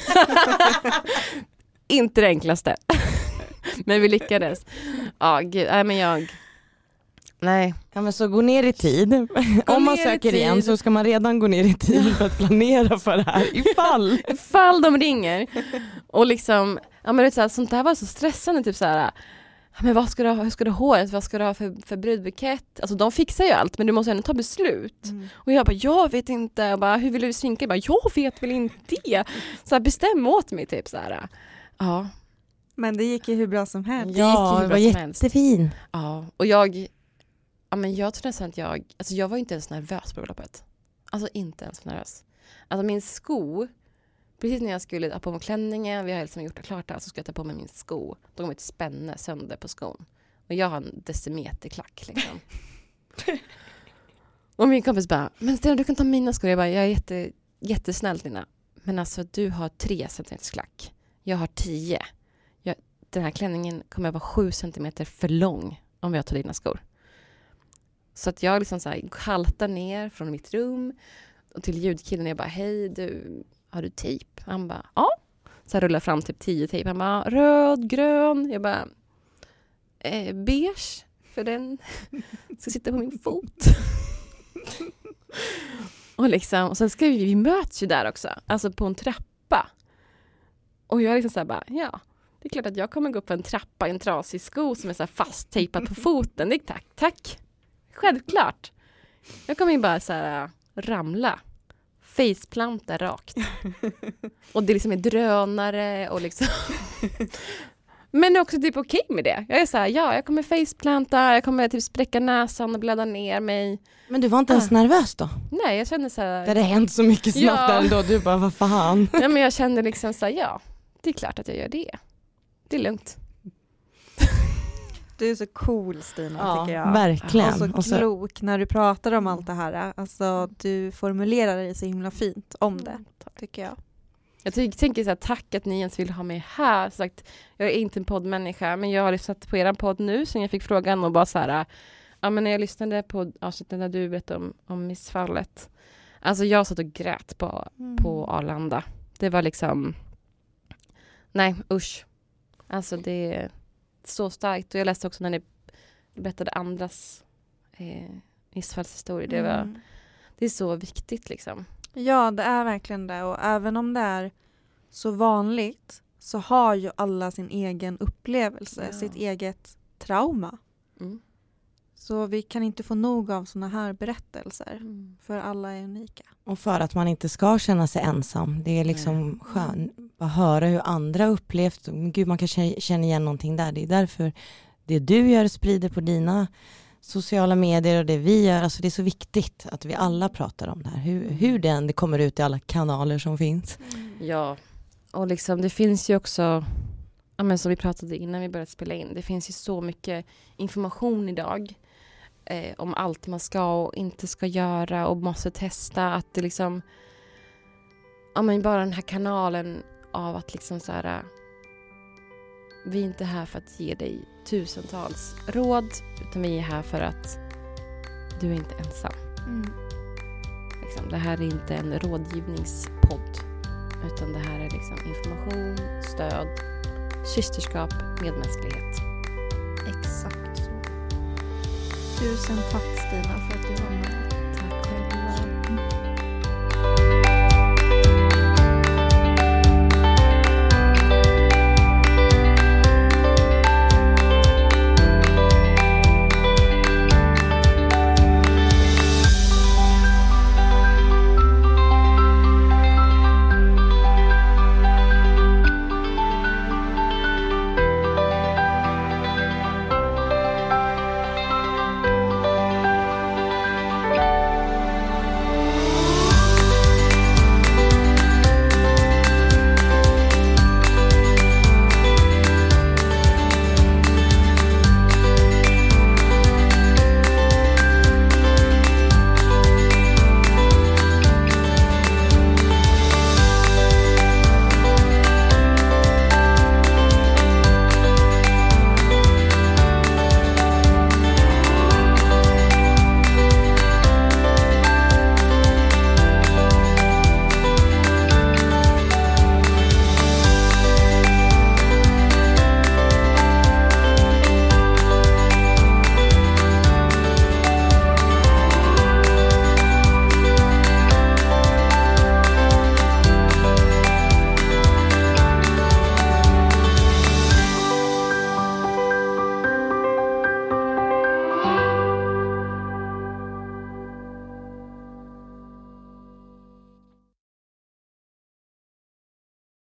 Inte det enklaste. Men vi lyckades. Ja, gud, nej men jag... Nej. Ja, men så gå ner i tid. Gå Om man söker igen så ska man redan gå ner i tid för att planera för det här. Ifall. Ifall de ringer. Och liksom, ja men det är så här, sånt där var så stressande, typ så här... Men vad ska du ha, hur ska du ha håret? Vad ska du ha för, för brudbukett? Alltså de fixar ju allt, men du måste ändå ta beslut. Mm. Och jag bara, jag vet inte. Jag bara, hur vill du sminka? Jag bara, jag vet väl inte det. Så här, bestäm åt mig typ så här. Ja. Men det gick ju hur bra som helst. Ja, det, det var jättefin. Ja, och jag, ja men jag tror nästan att jag, alltså jag var inte ens nervös på bröllopet. Alltså inte ens nervös. Alltså min sko, precis när jag skulle ta på mig klänningen, vi har liksom gjort det klart där, så ska jag ta på mig min sko. Då går mitt spänne sönder på skon. Och jag har en decimeterklack liksom. Och min kompis bara, men Stina, du kan ta mina skor. Jag bara, jag är jätte, jättesnäll Lina. Men alltså du har tre centimeters klack. Jag har tio. Jag, den här klänningen kommer att vara sju centimeter för lång om jag tar dina skor. Så att jag liksom så här haltar ner från mitt rum och till ljudkillen. Jag bara, hej du, har du tejp? Han bara, ja. Så jag rullar fram typ tio tejp. Han bara, röd, grön. Jag bara, eh, beige. För den ska sitta på min fot. Och liksom, och sen ska vi, vi möts ju där också. Alltså på en trappa. Och jag liksom så här bara, ja. Det är klart att jag kommer gå upp på en trappa i en trasig sko som är så här fasttejpad på foten. Det är tack, tack. Självklart. Jag kommer ju bara så här ramla. Faceplanta rakt. Och det liksom är drönare och liksom... Men också typ okej med det. Jag är så här, ja, jag kommer faceplanta, jag kommer typ spräcka näsan och blöda ner mig. Men du var inte ens ah. nervös då? Nej, jag kände så här... Det hade hänt så mycket snabbt ja. där ändå. Du bara, vad fan? Ja, men jag kände liksom så här, ja, det är klart att jag gör det. Det är lugnt. Du är så cool, Stina, ja, tycker jag. Verkligen. Och så och så... klok när du pratar om allt det här. Alltså, du formulerar dig så himla fint om det, tycker jag. Jag ty- tänker så här, tack att ni ens vill ha mig här. Så sagt, jag är inte en poddmänniska, men jag har lyssnat på er podd nu sen jag fick frågan och bara så här, ja men när jag lyssnade på avsnittet när du berättade om, om missfallet. Alltså jag satt och grät på, mm. på Arlanda. Det var liksom, nej usch. Alltså det är så starkt. Och jag läste också när ni berättade andras eh, missfallshistorier. Det, var, mm. det är så viktigt liksom. Ja, det är verkligen det. Och även om det är så vanligt så har ju alla sin egen upplevelse, ja. sitt eget trauma. Mm. Så vi kan inte få nog av såna här berättelser. Mm. För alla är unika. Och för att man inte ska känna sig ensam. Det är liksom skönt att höra hur andra upplevt. Gud, man kan känna igen någonting där. Det är därför det du gör sprider på dina sociala medier och det vi gör. Alltså det är så viktigt att vi alla pratar om det här. Hur, hur det än det kommer ut i alla kanaler som finns. Mm. Ja, och liksom det finns ju också, ja, men som vi pratade innan vi började spela in. Det finns ju så mycket information idag. Eh, om allt man ska och inte ska göra och måste testa. Att det liksom, ja men bara den här kanalen av att liksom så här, vi är inte här för att ge dig tusentals råd, utan vi är här för att du är inte ensam. Mm. Liksom, det här är inte en rådgivningspodd, utan det här är liksom information, stöd, systerskap, medmänsklighet. Exakt så. Tusen tack Stina för att du var med.